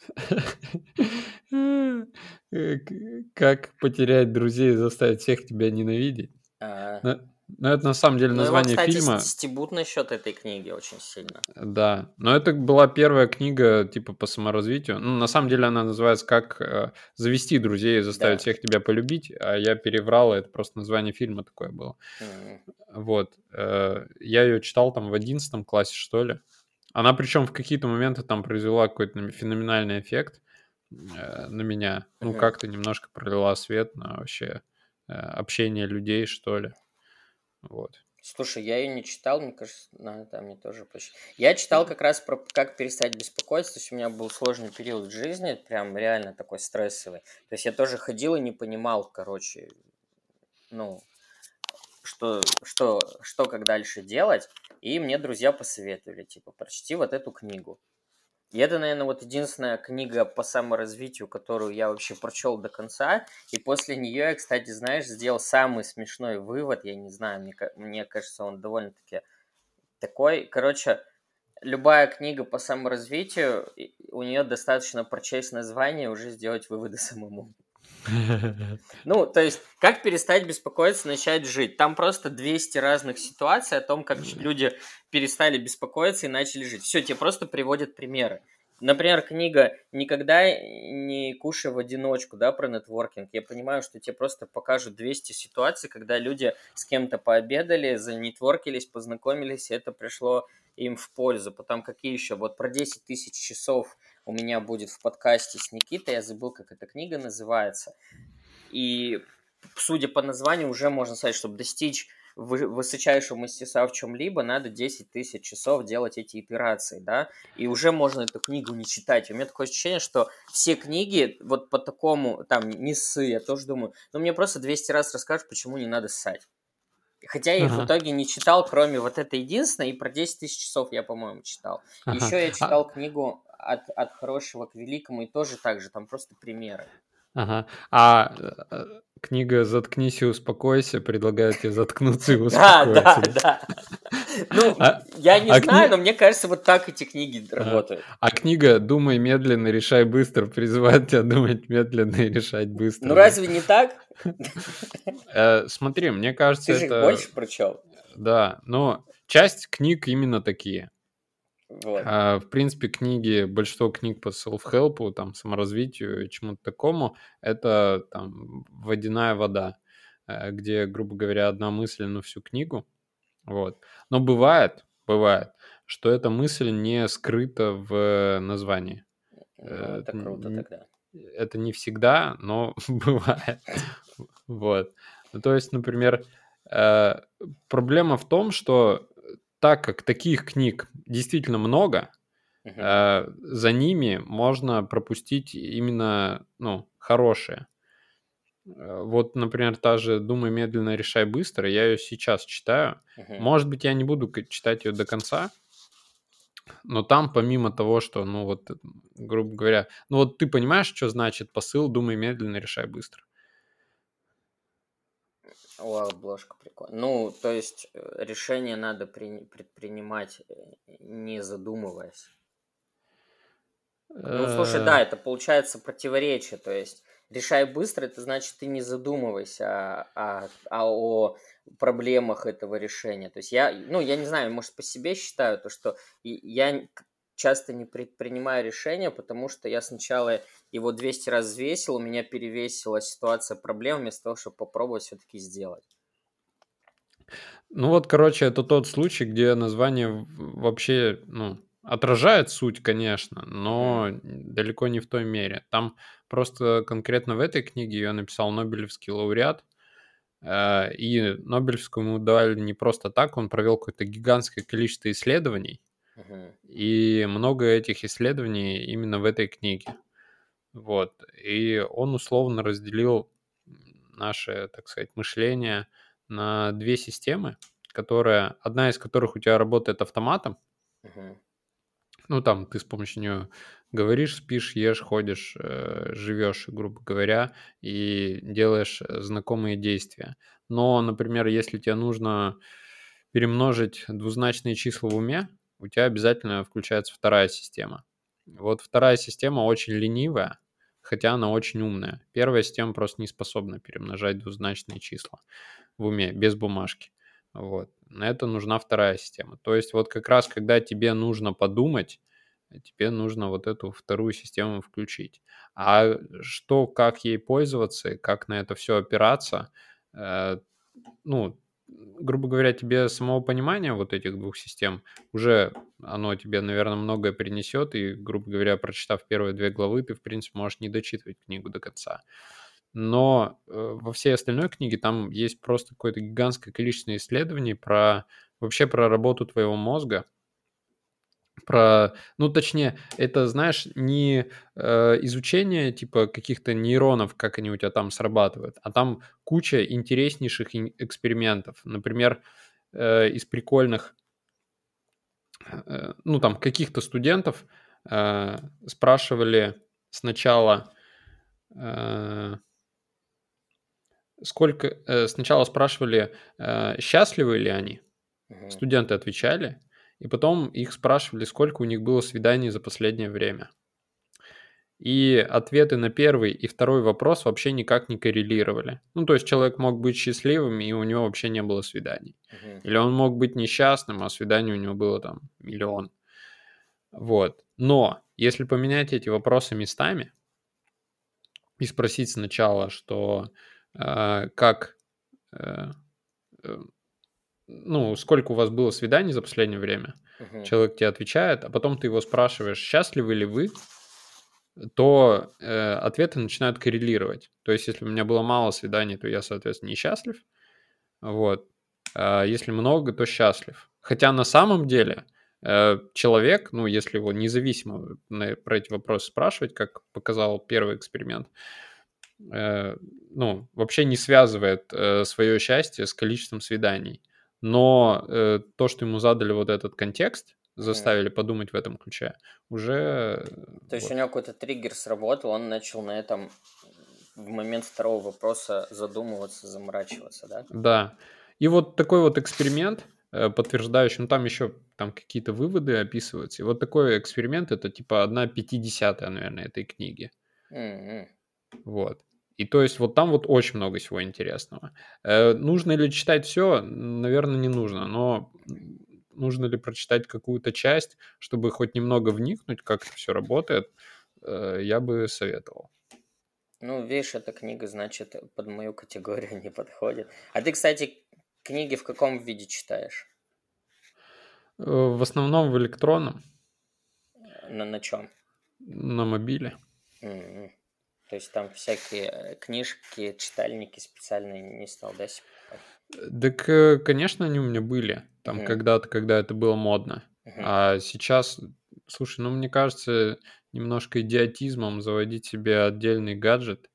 э, к- Как потерять друзей и заставить всех тебя ненавидеть. А, Но, но это на самом деле Ну, его, название кстати, ст- фильма. стебут насчет этой книги очень сильно. Да, но это была первая книга типа по саморазвитию. Ну, на самом деле она называется «Как э, завести друзей и заставить Да. всех тебя полюбить», а я переврал, это просто название фильма такое было. М. Вот. э, Я ее читал там в одиннадцатом классе, что ли. Она причем в какие-то моменты там произвела какой-то на- феноменальный эффект э, на меня. Ну, Мгм. как-то немножко пролила свет на вообще э, общение людей, что ли. Вот. Слушай, я ее не читал, мне кажется, надо там мне тоже почитать. Я читал как раз про «Как перестать беспокоиться», то есть у меня был сложный период в жизни, прям реально такой стрессовый. То есть я тоже ходил и не понимал, короче, ну, что, что, что как дальше делать. И мне друзья посоветовали, типа, прочти вот эту книгу. И это, наверное, вот единственная книга по саморазвитию, которую я вообще прочел до конца. И после нее я, кстати, знаешь, сделал самый смешной вывод. Я не знаю, мне, мне кажется, он довольно-таки такой. Короче, любая книга по саморазвитию, у нее достаточно прочесть название и уже сделать выводы самому. Ну, то есть, как перестать беспокоиться, начать жить. Там просто двести разных ситуаций о том, как люди перестали беспокоиться и начали жить. Все, тебе просто приводят примеры. Например, книга «Никогда не кушай в одиночку», да, про нетворкинг. Я понимаю, что тебе просто покажут двести ситуаций, когда люди с кем-то пообедали, занетворкились, познакомились, и это пришло им в пользу. Потом какие еще? Вот про десять тысяч часов у меня будет в подкасте с Никитой. Я забыл, как эта книга называется. И, судя по названию, уже можно сказать, чтобы достичь высочайшего мастерства в чем-либо, надо десять тысяч часов делать эти итерации, да, и уже можно эту книгу не читать. У меня такое ощущение, что все книги вот по такому, там, не ссы, я тоже думаю, ну, мне просто двести раз расскажут, почему не надо ссать. Хотя я их в Ага, итоге не читал, кроме вот этой единственной, и про десять тысяч часов я, по-моему, читал. ага. Еще я А, читал книгу от, от хорошего к великому, и тоже так же, там просто примеры. ага. А э, книга «Заткнись и успокойся» предлагает тебе заткнуться и Да, успокоиться, да, да? да. Ну, А, я не а, знаю, кни... но мне кажется, вот так эти книги ага. работают. А книга «Думай медленно, решай быстро» призывает тебя думать медленно и решать Ну, быстро, да? разве не так? Э, смотри, мне кажется, Ты же их это... больше прочел. Да, но часть книг именно такие. Вот. А, в принципе, книги, большинство книг по self-help, там, саморазвитию и чему-то такому, это там водяная вода, э, где, грубо говоря, одна мысль на всю книгу. Вот. Но бывает, бывает, что эта мысль не скрыта в названии. Ну, Э, это Это круто н- тогда. это не всегда, но бывает. Вот. Ну, то есть, например, э, проблема в том, что так как таких книг действительно много, Мгм. э, за ними можно пропустить именно, ну, хорошие. Э, Вот, например, та же «Думай медленно, решай быстро», я ее сейчас читаю. Мгм. Может быть, я не буду к- читать ее до конца, но там помимо того, что, ну вот, э, грубо говоря, ну вот ты понимаешь, что значит посыл «Думай медленно, решай быстро». О, обложка прикольная. Ну, то есть э, решение надо при- предпринимать, э, не задумываясь. Ну, слушай, Э, да, это получается противоречие. То есть решай быстро, это значит, ты не задумывайся а, а- а о проблемах этого решения. То есть я, ну, я не знаю, может, по себе считаю, то, что и- я н- к- часто не предпринимаю решения, потому что я сначала его двести раз взвесил, у меня перевесила ситуация проблем, вместо того, чтобы попробовать все-таки сделать. Ну вот, короче, это тот случай, где название в- вообще, ну, отражает суть, конечно, Мгм. но далеко не в той мере. Там просто конкретно в этой книге ее написал Нобелевский лауреат, э, и Нобелевскую ему дали не просто так, он провел какое-то гигантское количество исследований, Мгм. и много этих исследований именно в этой книге. Вот. И он условно разделил наше, так сказать, мышление на две системы, которые, одна из которых у тебя работает автоматом. Мгм. Ну, там ты с помощью нее говоришь, спишь, ешь, ходишь, э, живешь, грубо говоря, и делаешь э, знакомые действия. Но, например, если тебе нужно перемножить двузначные числа в уме, у тебя обязательно включается вторая система. Вот вторая система очень ленивая, хотя она очень умная. Первая система просто не способна перемножать двузначные числа в уме, без бумажки. Вот. На это нужна вторая система. То есть вот как раз, когда тебе нужно подумать, э, тебе нужно вот эту вторую систему включить. А что, как ей пользоваться, и как на это все опираться, э, ну, грубо говоря, тебе самого понимания вот этих двух систем уже оно тебе, наверное, многое принесет, и, грубо говоря, прочитав первые две главы, ты, в принципе, можешь не дочитывать книгу до конца. Но, э, во всей остальной книге там есть просто какое-то гигантское количество исследований про вообще про работу твоего мозга, про ну, точнее, это, знаешь, не, э, изучение типа каких-то нейронов, как они у тебя там срабатывают, а там куча интереснейших ин экспериментов. Например, э, из прикольных, э, ну, там каких-то студентов, э, спрашивали сначала, э Сколько, э, сначала спрашивали, э, счастливы ли они. Мгм. Студенты отвечали, и потом их спрашивали, сколько у них было свиданий за последнее время. И ответы на первый и второй вопрос вообще никак не коррелировали. Ну, то есть человек мог быть счастливым, и у него вообще не было свиданий. Мгм. Или он мог быть несчастным, а свиданий у него было там миллион. Вот. Но если поменять эти вопросы местами и спросить сначала, что, э, как, э, э ну, сколько у вас было свиданий за последнее время? Мгм. Человек тебе отвечает, а потом ты его спрашиваешь, счастливы ли вы, то э, ответы начинают коррелировать. То есть, если у меня было мало свиданий, то я, соответственно, несчастлив. Вот. А если много, то счастлив. Хотя на самом деле э, человек, ну, если его независимо на- про эти вопросы спрашивать, как показал первый эксперимент, э, ну, вообще не связывает э, свое счастье с количеством свиданий. Но э, то, что ему задали вот этот контекст, Мгм. заставили подумать в этом ключе, уже э, То есть у вот, него какой-то триггер сработал, он начал на этом в момент второго вопроса задумываться, заморачиваться, да? да. И вот такой вот эксперимент, э, подтверждающий, ну, там еще там какие-то выводы описываются. И вот такой эксперимент, это типа одна пятидесятая, наверное, этой книги. М. Вот. И то есть вот там вот очень много всего интересного. Э, нужно ли читать все? Наверное, не нужно, но м, нужно ли прочитать какую-то часть, чтобы хоть немного вникнуть, как это все работает, э, я бы советовал. Ну, видишь, эта книга, значит, под мою категорию не подходит. А ты, кстати, книги в каком виде читаешь? Э, в основном в электронном, На, на чем? на мобиле. То есть там всякие э, книжки, читальники специальные не стал, да, себе покупать? Так, э, конечно, они у меня были там Мгм. когда-то, когда это было модно. Мгм. А сейчас, слушай, ну, мне кажется, немножко идиотизмом заводить себе отдельный гаджет,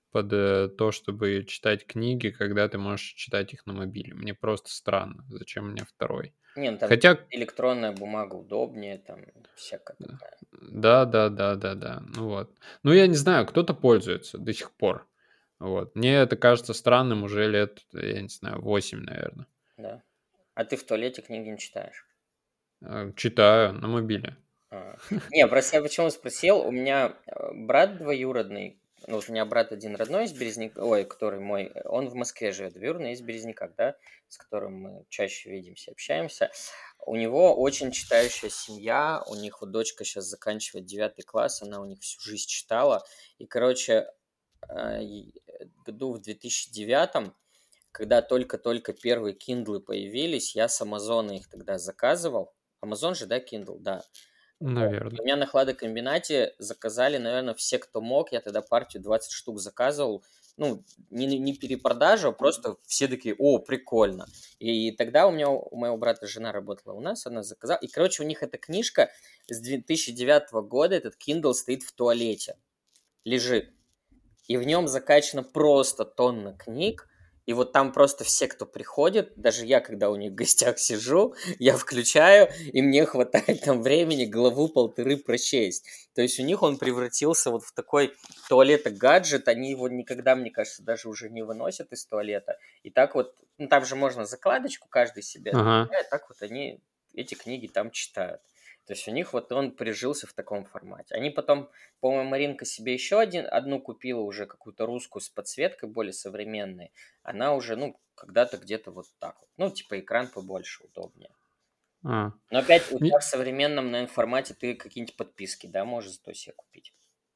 под э, то, чтобы читать книги, когда ты можешь читать их на мобиле. Мне просто странно, зачем мне второй. Не, ну там Хотя, электронная бумага удобнее, там всякая такая. да, да, да, да, да, ну вот. Ну, я не знаю, кто-то пользуется до сих пор. Вот. Мне это кажется странным уже лет, я не знаю, восемь, наверное. Да. А ты в туалете книги не читаешь? Э, Читаю на мобиле. А. Не, просто я почему спросил, у меня э, брат двоюродный, ну, вот у меня брат один родной из Березника, ой, который мой, э, он в Москве живет, двоюродный из Березника, да, с которым мы чаще видимся, общаемся. У него очень читающая семья, у них вот дочка сейчас заканчивает девятый класс, она у них всю жизнь читала, и, короче, э, и, э, году в две тысячи девятом, когда только-только первые Kindle появились, я с Амазона их тогда заказывал. Амазон же, да, Kindle, да. Вот. И Наверное. у меня на хладокомбинате заказали, наверное, все, кто мог. Я тогда партию двадцать штук заказывал. Ну, не, не перепродажу, а просто все такие, о, прикольно. И тогда у меня, у моего брата жена работала у нас, она заказала. И, короче, у них эта книжка с две тысячи девятого года, этот Kindle стоит в туалете, лежит. И в нем закачана просто тонна книг. И вот там просто все, кто приходит, даже я, когда у них в гостях сижу, я включаю, и мне хватает там времени главу полторы прочесть. То есть у них он превратился вот в такой туалета-гаджет, они его никогда, мне кажется, даже уже не выносят из туалета. И так вот, ну там же можно закладочку каждый себе, Ага. а так вот они эти книги там читают. То есть у них вот он прижился в таком формате. Они потом, по-моему, Маринка себе еще один, одну купила уже какую-то русскую с подсветкой более современной. Она уже, ну, когда-то где-то вот так вот. Ну, типа экран побольше, удобнее. А. Но опять у тебя Ми- в современном, наверное, формате ты какие-нибудь подписки, да, можешь зато себе купить.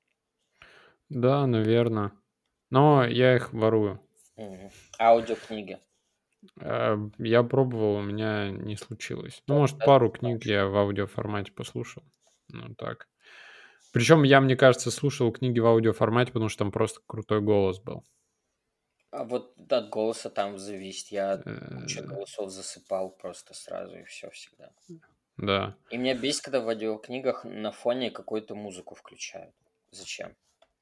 Да, наверное. Но я их ворую. Мгм. Аудиокниги. Э, Я пробовал, у меня не случилось. Ну, Тоже, может, да, пару книг закупаешь? я в аудиоформате послушал. Ну, так. Причем я, мне кажется, слушал книги в аудиоформате, потому что там просто крутой голос был. А вот от голоса там зависит. Я кучу Э, голосов засыпал просто сразу, и все всегда. Да. И меня бесит, когда в аудиокнигах на фоне какую-то музыку включают. Зачем?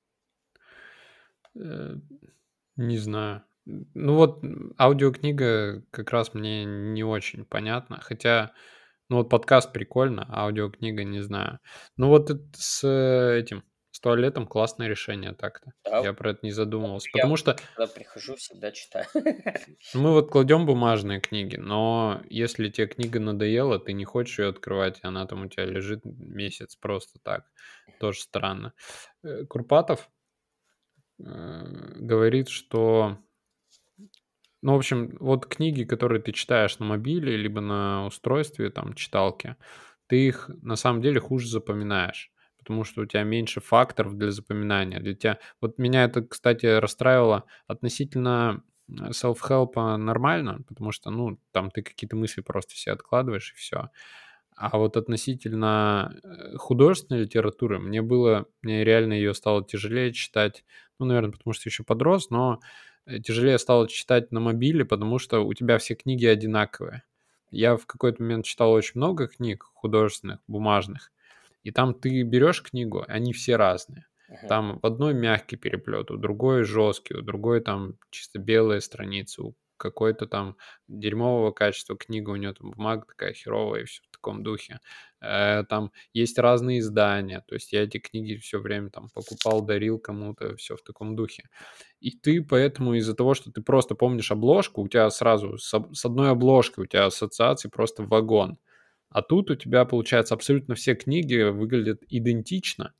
Э, Не знаю. Ну вот м, аудиокнига как раз мне не очень понятно. Хотя, ну вот подкаст прикольно, а аудиокнига не знаю. Ну вот это с э, этим, с туалетом классное решение так-то. Да, Я про это не задумывался. я Потому что когда прихожу, всегда читаю. мы вот кладем бумажные книги, но если тебе книга надоела, ты не хочешь ее открывать, и она там у тебя лежит месяц просто так. Тоже странно. Э, Курпатов э, говорит, что ну, в общем, вот книги, которые ты читаешь на мобиле либо на устройстве, там, читалки, ты их на самом деле хуже запоминаешь, потому что у тебя меньше факторов для запоминания. Для тебя... Вот меня это, кстати, расстраивало относительно э, self-help нормально, потому что, ну, там ты какие-то мысли просто все откладываешь и все. А вот относительно э, художественной литературы мне было, мне реально ее стало тяжелее читать. Ну, наверное, потому что еще подрос, но э, тяжелее стало читать на мобиле, потому что у тебя все книги одинаковые. Я в какой-то момент читал очень много книг художественных, бумажных, и там ты берешь книгу, они все разные. Мгм. Там в одной мягкий переплет, у другой жесткий, у другой там чисто белая страница, у какой-то там дерьмового качества книга, у нее там бумага такая херовая и все в таком духе. Э, Там есть разные издания, то есть я эти книги все время там покупал, дарил кому-то, все в таком духе. И ты поэтому из-за того, что ты просто помнишь обложку, у тебя сразу с, об- с одной обложкой у тебя ассоциации просто вагон. А тут у тебя, получается, абсолютно все книги выглядят идентично.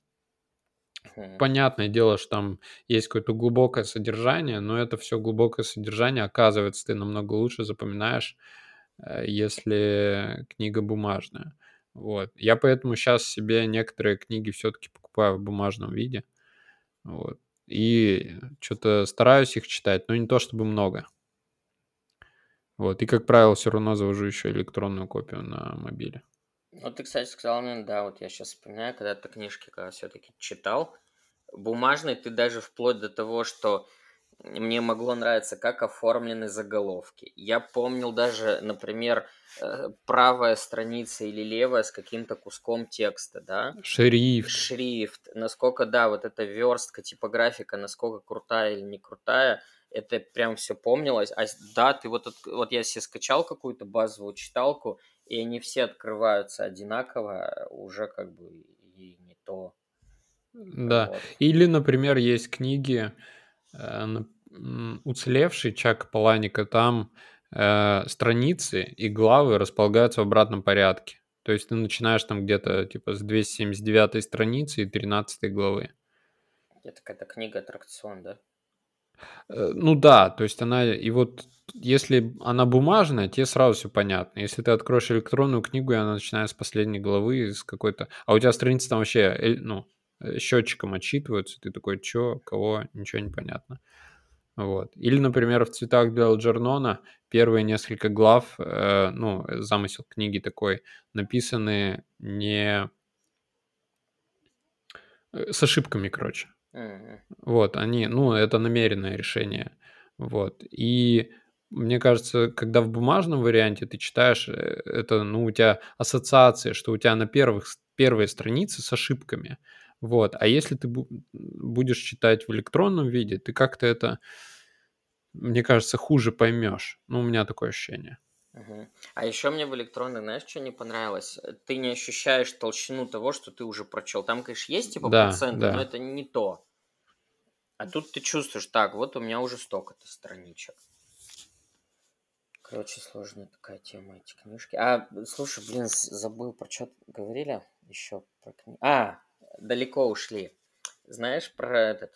Мгм. Понятное дело, что там есть какое-то глубокое содержание, но это все глубокое содержание, оказывается, ты намного лучше запоминаешь, э, если книга бумажная. Вот. Я поэтому сейчас себе некоторые книги все-таки покупаю в бумажном виде. Вот. И что-то стараюсь их читать, но не то чтобы много. Вот. И, как правило, все равно завожу еще электронную копию на мобиле. Ну, ты, кстати, сказал, наверное, да, вот я сейчас вспоминаю, когда ты книжки когда все-таки читал, бумажный ты даже вплоть до того, что мне могло нравиться, как оформлены заголовки. Я помнил даже, например, э, правая страница или левая с каким-то куском текста, да? Шрифт. Шрифт. Насколько, да, вот эта верстка, типографика, насколько крутая или не крутая, это прям все помнилось. А с- да, ты вот, от- вот я себе скачал какую-то базовую читалку, и они все открываются одинаково, уже как бы и не то. Да. Вот. Или, например, есть книги, э, нап- м, уцелевший Чака Паланика, там э, страницы и главы располагаются в обратном порядке. То есть ты начинаешь там где-то типа с двести семьдесят девятой страницы и тринадцатой главы. Это какая-то книга-аттракцион, да? Э, Ну да, то есть она, и вот если она бумажная, тебе сразу все понятно. Если ты откроешь электронную книгу, и она начинает с последней главы, с какой-то... А у тебя страницы там вообще, э, ну, э, счетчиком отчитываются, ты такой, чё, кого, ничего не понятно. Вот. Или, например, в «Цветах для Алджернона» первые несколько глав, э, ну, замысел книги такой, написаны не... э, с ошибками, короче. Мгм. Вот, они, ну, это намеренное решение. Вот. И мне кажется, когда в бумажном варианте ты читаешь, э, это, ну, у тебя ассоциация, что у тебя на первых, с- первые страницы с ошибками. Вот. А если ты бу- будешь читать в электронном виде, ты как-то это, мне кажется, хуже поймешь. Ну, у меня такое ощущение. Мгм. А еще мне в электронных, знаешь, что не понравилось? Э, Ты не ощущаешь толщину того, что ты уже прочел. Там, конечно, есть типа Да, проценты, но да. это не то. А тут ты чувствуешь, так, вот у меня уже столько-то страничек. Короче, сложная такая тема эти книжки. А, слушай, блин, с- забыл, про что говорили еще про кни- А, далеко ушли. Знаешь про этот,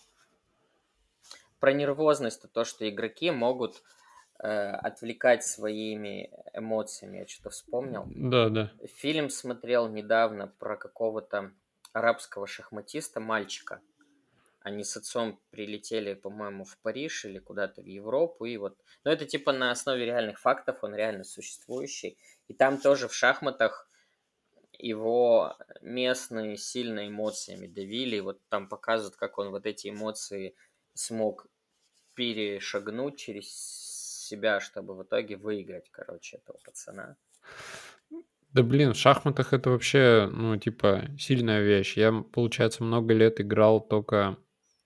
про нервозность, то, что игроки могут э, отвлекать своими эмоциями. Я что-то вспомнил. Да, да. Фильм смотрел недавно про какого-то арабского шахматиста, мальчика. Они с отцом прилетели, по-моему, в Париж или куда-то в Европу. И вот... Но это типа на основе реальных фактов, он реально существующий. И там тоже в шахматах его местные сильно эмоциями давили. И вот там показывают, как он вот эти эмоции смог перешагнуть через себя, чтобы в итоге выиграть, короче, этого пацана. Да блин, в шахматах это вообще, ну, типа, сильная вещь. Я, получается, много лет играл только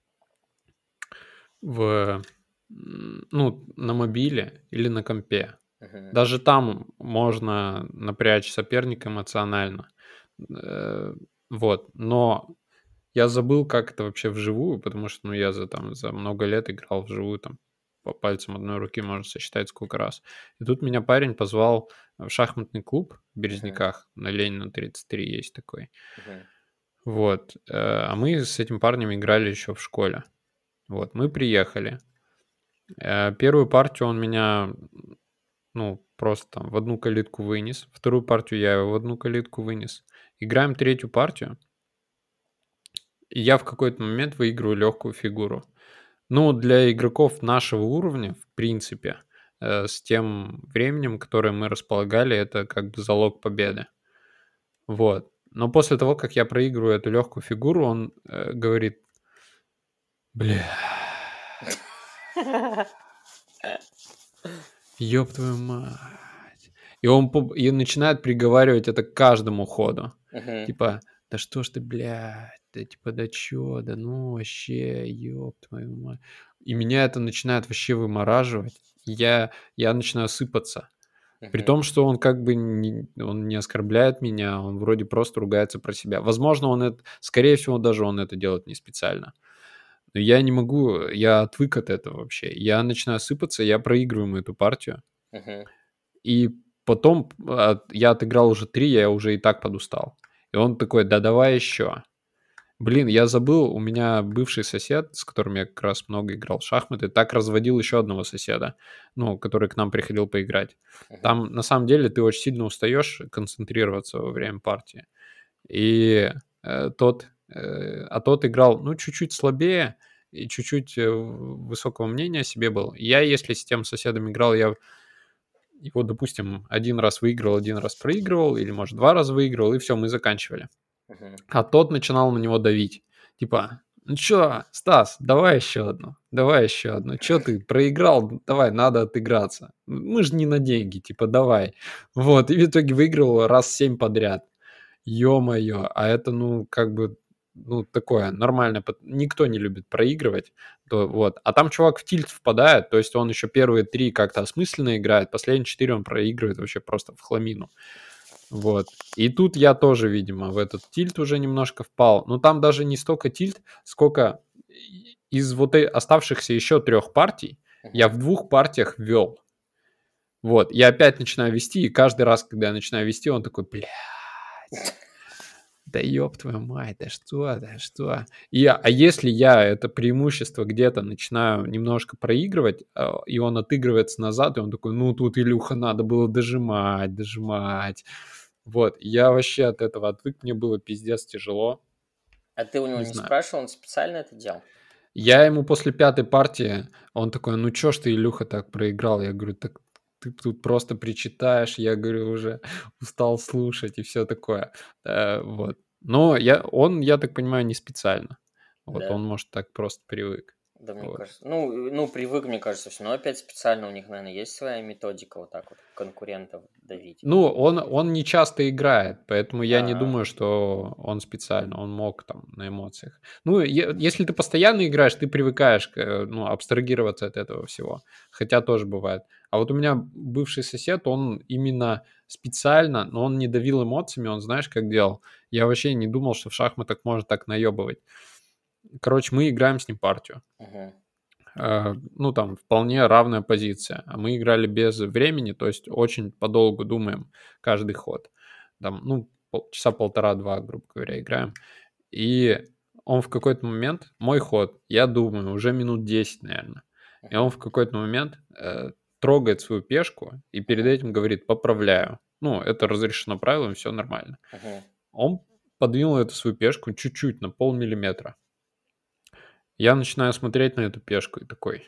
в, м, ну, на мобиле или на компе. Мгм. Даже там можно напрячь соперника эмоционально. Э, Вот. Но я забыл, как это вообще вживую, потому что, ну, я за, там, за много лет играл вживую, там, по пальцам одной руки можно сосчитать сколько раз. И тут меня парень позвал в шахматный клуб в Мгм. Березниках, на Ленина тридцать три есть такой. Мгм. Вот. э, А мы с этим парнем играли еще в школе. Вот. Мы приехали. Э, Первую партию он меня, ну, просто там в одну калитку вынес. Вторую партию я его в одну калитку вынес. Играем третью партию, и я в какой-то момент выигрываю легкую фигуру. Ну, для игроков нашего уровня, в принципе, э, с тем временем, которое мы располагали, это как бы залог победы. Вот. Но после того, как я проигрываю эту легкую фигуру, он э, говорит, бля, ёб твою мать. И он по- и начинает приговаривать это к каждому ходу. Мгм. Типа, да что ж ты, блядь, да типа, да чё, да ну вообще, ёб твою мать. И меня это начинает вообще вымораживать. Я, я начинаю сыпаться. При Мгм. том, что он как бы не, он не оскорбляет меня, он вроде просто ругается про себя. Возможно, он это, скорее всего, даже он это делает не специально. Но я не могу, я отвык от этого вообще. Я начинаю сыпаться, я проигрываю эту партию. Мгм. И потом а, я отыграл уже три, я уже и так подустал. И он такой, да давай еще. Блин, я забыл, у меня бывший сосед, с которым я как раз много играл в шахматы, так разводил еще одного соседа, ну, который к нам приходил поиграть. Мгм. Там, на самом деле, ты очень сильно устаешь концентрироваться во время партии. И э, тот, э, а тот играл, ну, чуть-чуть слабее и чуть-чуть э, высокого мнения о себе был. Я, если с тем соседом играл, я его, допустим, один раз выиграл, один раз проигрывал, или, может, два раза выигрывал, и все, мы заканчивали. Мгм. А тот начинал на него давить. Типа, Ну чё, Стас, давай еще одну, давай еще одну. Чё ты проиграл? Давай, надо отыграться. Мы же не на деньги, типа, давай. Вот, и в итоге выиграл раз семь подряд. Ё-моё, а это, ну, как бы, ну, такое нормальное. пот- Никто не любит проигрывать. То, вот. А там чувак в тильт впадает, то есть он еще первые три как-то осмысленно играет, последние четыре он проигрывает вообще просто в хламину. Вот. И тут я тоже, видимо, в этот тильт уже немножко впал. Но там даже не столько тильт, сколько и- из вот и- оставшихся еще трех партий я Мгм. в двух партиях вел. Вот. Я опять начинаю вести, и каждый раз, когда я начинаю вести, он такой, блядь, да ёб твою мать, да что, да что. И, а если я это преимущество где-то начинаю немножко проигрывать, а, и он отыгрывается назад, и он такой, ну тут, Илюха, надо было дожимать, дожимать. Вот, я вообще от этого отвык, мне было пиздец тяжело, А ты у него не не знаю. спрашивал, он специально это делал? Я ему после пятой партии, он такой, ну чё ж ты, Илюха, так проиграл? Я говорю, так ты тут просто причитаешь, я говорю, уже устал слушать и все такое. Э, вот. Но я, он, я так понимаю, не специально. Вот, Да. он, может, так просто привык. Да, мне Вот. кажется. Ну, э, ну, привык, мне кажется, всё. Но опять специально у них, наверное, есть своя методика вот так вот конкурентов давить. Ну, он, он не часто играет, поэтому я не А, думаю, что он специально, он мог там на эмоциях. Ну, е- если ты постоянно играешь, ты привыкаешь к, э, ну, абстрагироваться от этого всего, хотя тоже бывает. А вот у меня бывший сосед, он именно специально, но он не давил эмоциями, он знаешь, как делал? Я вообще не думал, что в шахматах можно так наебывать. Короче, мы играем с ним партию. мгм, Э, ну, там вполне равная позиция. А мы играли без времени, то есть очень подолгу думаем каждый ход. Там, ну, пол- часа полтора-два, грубо говоря, играем. И он в какой-то момент, мой ход, я думаю, уже минут десять, наверное. И он мгм, в какой-то момент э, трогает свою пешку и перед мгм, этим говорит «поправляю». Ну, это разрешено правилами, все нормально. мгм. Он подвинул эту свою пешку чуть-чуть, на полмиллиметра. Я начинаю смотреть на эту пешку и такой,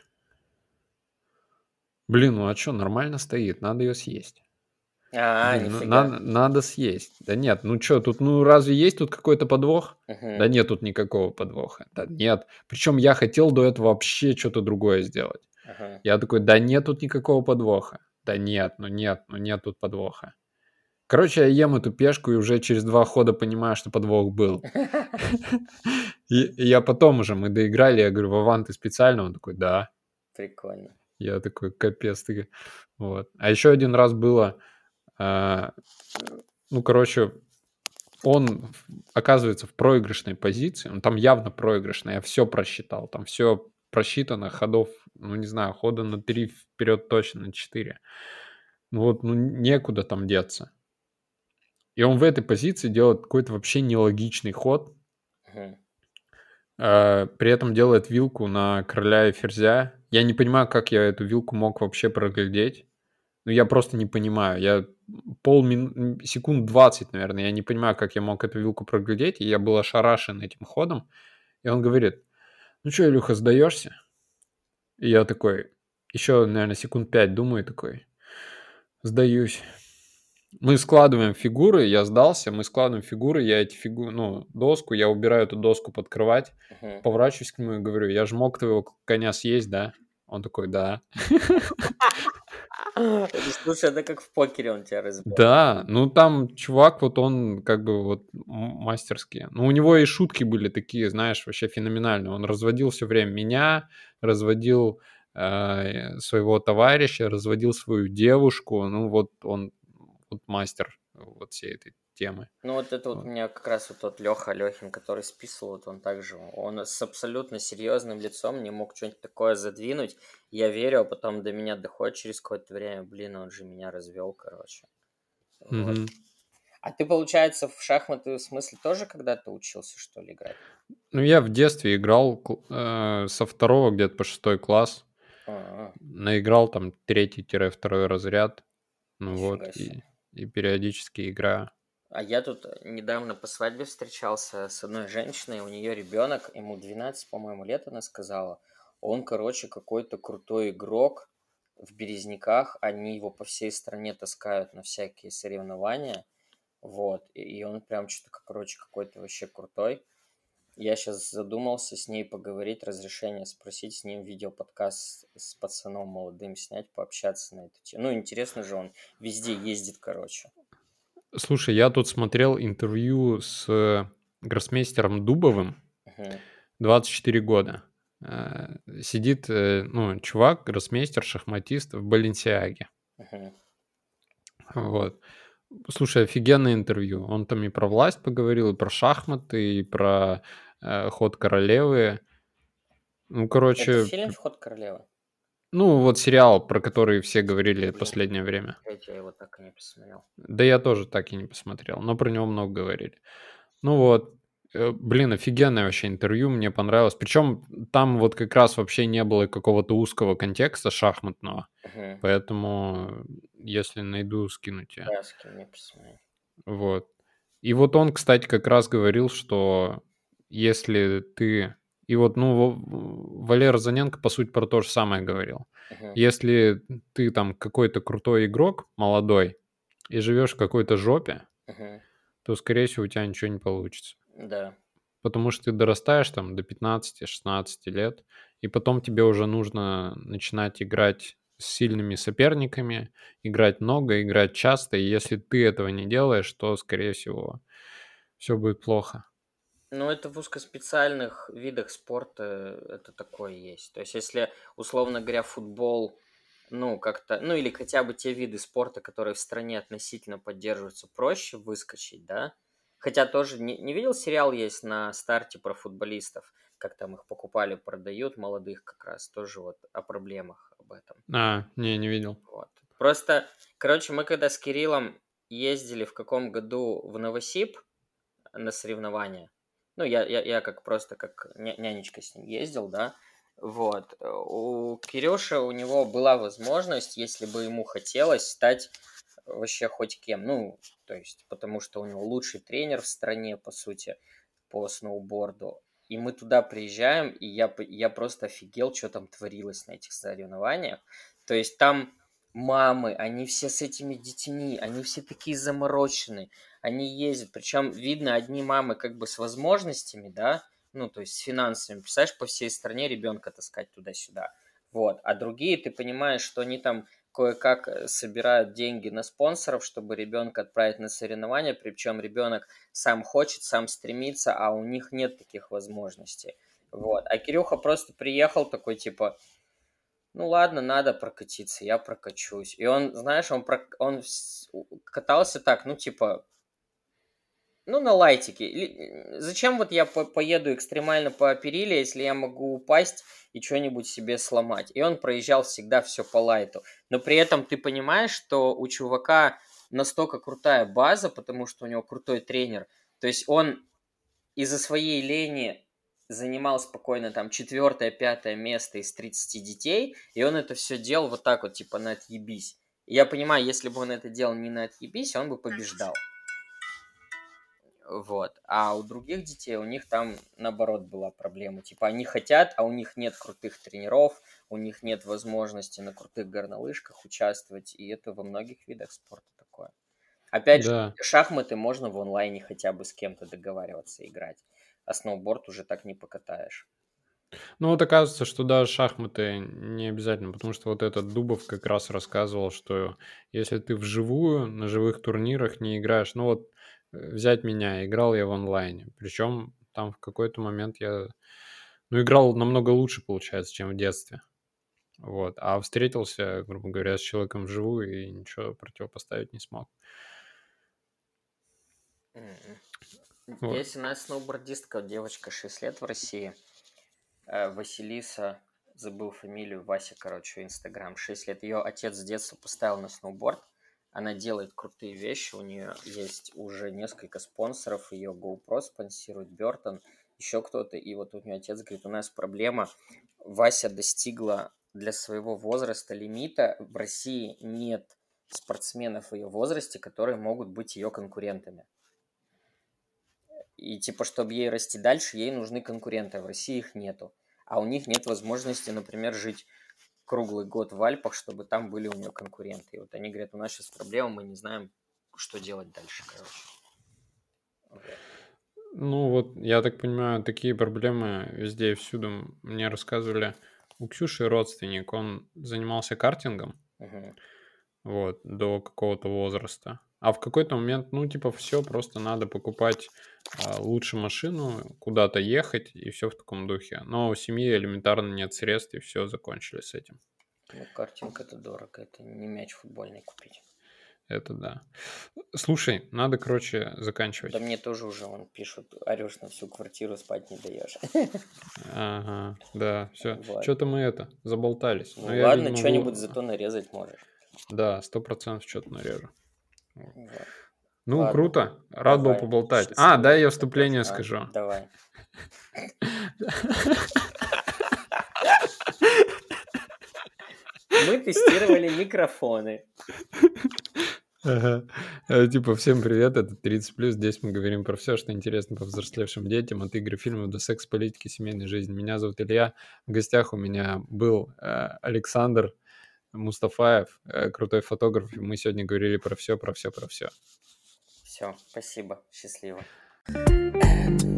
блин, ну а чё, нормально стоит, надо ее съесть. А, Блин, ну нифига. надо, надо съесть. Да нет, ну чё, тут, ну разве есть тут какой-то подвох? Мгм, Да нет тут никакого подвоха. Да нет. Причем я хотел до этого вообще что-то другое сделать. ага. Я такой, да нет тут никакого подвоха. Да нет, ну нет, ну нет тут подвоха. Короче, я ем эту пешку и уже через два хода понимаю, что подвох был. И, и я потом уже, мы доиграли, я говорю, Вован, ты специально? Он такой, да. Прикольно. Я такой, капец ты. Вот. А еще один раз было, а, ну, короче, он в- оказывается в проигрышной позиции, он там явно проигрышный, я все просчитал, там все просчитано, ходов, ну, не знаю, хода на три вперед точно, на четыре. Ну вот, ну, некуда там деться. И он в этой позиции делает какой-то вообще нелогичный ход, Мгм. а, при этом делает вилку на короля и ферзя. Я не понимаю, как я эту вилку мог вообще проглядеть. Ну, я просто не понимаю. Я полмин... секунд двадцать, наверное, я не понимаю, как я мог эту вилку проглядеть, и я был ошарашен этим ходом. И он говорит, ну что, Илюха, сдаешься? И я такой, еще, наверное, секунд пять думаю, такой, сдаюсь. Мы складываем фигуры, я сдался, мы складываем фигуры, я эти фигуры, ну, доску, я убираю эту доску под кровать, Мгм. поворачиваюсь к нему и говорю, я же мог твоего коня съесть, да? Он такой, да. Это, слушай, это как в покере он тебя разбил. Да, ну там чувак, вот он как бы вот м- мастерски. Ну, у него и шутки были такие, знаешь, вообще феноменальные. Он разводил все время меня, разводил э, своего товарища, разводил свою девушку. Ну, вот он вот мастер вот всей этой темы. Ну, вот это вот у Вот. меня как раз вот тот Леха Лехин, который списывал, вот он также, он с абсолютно серьезным лицом не мог что-нибудь такое задвинуть. Я верю, а потом до меня доходит через какое-то время, блин, он же меня развел, короче. Вот. Мгм. А ты, получается, в шахматы в смысле тоже когда-то учился, что ли, играть? Ну, я в детстве играл кл- э, со второго где-то по шестой класс. А, Наиграл там третий-второй разряд. Ну вот, нифига себе. и, и периодически играю. А я тут недавно по свадьбе встречался с одной женщиной, у нее ребенок, ему двенадцать, по-моему, лет, она сказала. Он, короче, какой-то крутой игрок в Березниках, они его по всей стране таскают на всякие соревнования, вот, и и он прям что-то, короче, какой-то вообще крутой. Я сейчас задумался с ней поговорить, разрешение спросить, с ним видеоподкаст с пацаном молодым снять, пообщаться на эту тему. Ну, интересно же, он везде ездит, короче. Слушай, я тут смотрел интервью с гроссмейстером Дубовым, Угу, двадцать четыре года. Э, Сидит, э, ну, чувак, гроссмейстер, шахматист в Баленсиаге. угу. Вот. Слушай, офигенное интервью. Он там и про власть поговорил, и про шахматы, и про э, ход королевы. Ну, Это короче, фильм «Вход королевы»? ну, вот сериал, про который все говорили Блин, последнее время. опять я его так и не посмотрел. Да я тоже так и не посмотрел, но про него много говорили. Ну вот, э, блин, офигенное вообще интервью, мне понравилось. Причем там вот как раз вообще не было какого-то узкого контекста шахматного, Угу. поэтому если найду, скину тебе. Да, с кем мне посмотреть. Вот. И вот он, кстати, как раз говорил, что если ты... И вот, ну, Во- Валера Заненко, по сути, про то же самое говорил. Угу, Если ты там какой-то крутой игрок, молодой, и живешь в какой-то жопе, угу. то, скорее всего, у тебя ничего не получится. Да. Потому что ты дорастаешь там до пятнадцати-шестнадцати лет, и потом тебе уже нужно начинать играть с сильными соперниками, играть много, играть часто, и если ты этого не делаешь, то, скорее всего, все будет плохо. Ну, это в узкоспециальных видах спорта это такое есть. То есть, если, условно говоря, футбол, ну, как-то, ну, или хотя бы те виды спорта, которые в стране относительно поддерживаются, проще выскочить, да? Хотя тоже не, не видел сериал есть на старте про футболистов, как там их покупали, продают, молодых как раз, тоже вот о проблемах об этом. А, не, не видел. Вот. Просто, короче, мы когда с Кириллом ездили в каком году в Новосиб на соревнования, ну, я, я, я как просто как ня- нянечка с ним ездил, да, вот. У Кирюши, у него была возможность, если бы ему хотелось, стать вообще хоть кем. Ну, то есть, потому что у него лучший тренер в стране, по сути, по сноуборду. И мы туда приезжаем, и я, п- я просто офигел, что там творилось на этих соревнованиях. То есть там мамы, они все с этими детьми, они все такие замороченные, они ездят. Причем видно, одни мамы как бы с возможностями, да, ну, то есть с финансами. Представляешь, по всей стране ребенка таскать туда-сюда. Вот. А другие, ты понимаешь, что они там кое-как э, собирают деньги на спонсоров, чтобы ребенка отправить на соревнования, причем ребенок сам хочет, сам стремится, а у них нет таких возможностей. Вот. А Кирюха просто приехал такой, типа, ну ладно, надо прокатиться, я прокачусь. И он, знаешь, он, прок- он вс- катался так, ну типа, ну на лайтике. Или- Зачем вот я по- поеду экстремально по периле, если я могу упасть и что-нибудь себе сломать? И он проезжал всегда все по лайту. Но при этом ты понимаешь, что у чувака настолько крутая база, потому что у него крутой тренер. То есть он из-за своей лени занимал спокойно там четвертое, пятое место из тридцати детей, и он это все делал вот так вот, типа на отъебись. И я понимаю, если бы он это делал не на отъебись, он бы побеждал. Вот. А у других детей, у них там, наоборот, была проблема. Типа, они хотят, а у них нет крутых тренеров, у них нет возможности на крутых горнолыжках участвовать, и это во многих видах спорта такое. Опять же, Да. шахматы можно в онлайне хотя бы с кем-то договариваться играть, а сноуборд уже так не покатаешь. Ну вот оказывается, что даже шахматы не обязательно, потому что вот этот Дубов как раз рассказывал, что если ты вживую на живых турнирах не играешь, ну вот э, взять меня, играл я в онлайне, причем там в какой-то момент я, ну, играл намного лучше, получается, чем в детстве. Вот. А встретился, грубо говоря, с человеком вживую и ничего противопоставить не смог. М-м. Вот. Есть у нас сноубордистка, девочка шесть лет в России, э, Василиса, забыл фамилию, Вася, короче, Инстаграм, шесть лет. Ее отец с детства поставил на сноуборд, она делает крутые вещи, у нее есть уже несколько спонсоров, ее GoPro спонсирует, Бертон, еще кто-то, и вот у нее отец говорит, у нас проблема, Вася достигла для своего возраста лимита, в России нет спортсменов в ее возрасте, которые могут быть ее конкурентами. И типа, чтобы ей расти дальше, ей нужны конкуренты, а в России их нету. А у них нет возможности, например, жить круглый год в Альпах, чтобы там были у нее конкуренты. И вот они говорят, у нас сейчас проблема, мы не знаем, что делать дальше, короче. Вот. Ну вот, я так понимаю, такие проблемы везде и всюду. Мне рассказывали, у Ксюши родственник, он занимался картингом, Мгм. вот, до какого-то возраста. А в какой-то момент, ну, типа, все, просто надо покупать а, лучше машину, куда-то ехать, и все в таком духе. Но у семьи элементарно нет средств, и все, закончили с этим. Ну, картинг это дорого, это не мяч футбольный купить. Это да. Слушай, надо, короче, Да заканчивать. мне тоже уже вон пишут, орешь на всю квартиру, спать не даешь. Ага, да, все. Вот. Что-то мы это, заболтались. Ну Но я, ладно, видимо, что-нибудь был... зато нарезать можешь. Да, сто процентов что-то нарежу. Вот. Вот. Ну, Ладно, круто. Рад был давай, поболтать. А, счастливо дай я тебе тоже. вступление А, скажу. давай. Мы тестировали микрофоны. Ага. Э, Типа, всем привет, это тридцать плюс. Здесь мы говорим про все, что интересно повзрослевшим детям, от игр, фильмов до секс, политики, семейной жизни. Меня зовут Илья. В гостях у меня был э, Александр Мустафаев, э, крутой фотограф. И мы сегодня говорили про все, про все, про все. Все, спасибо, счастливо.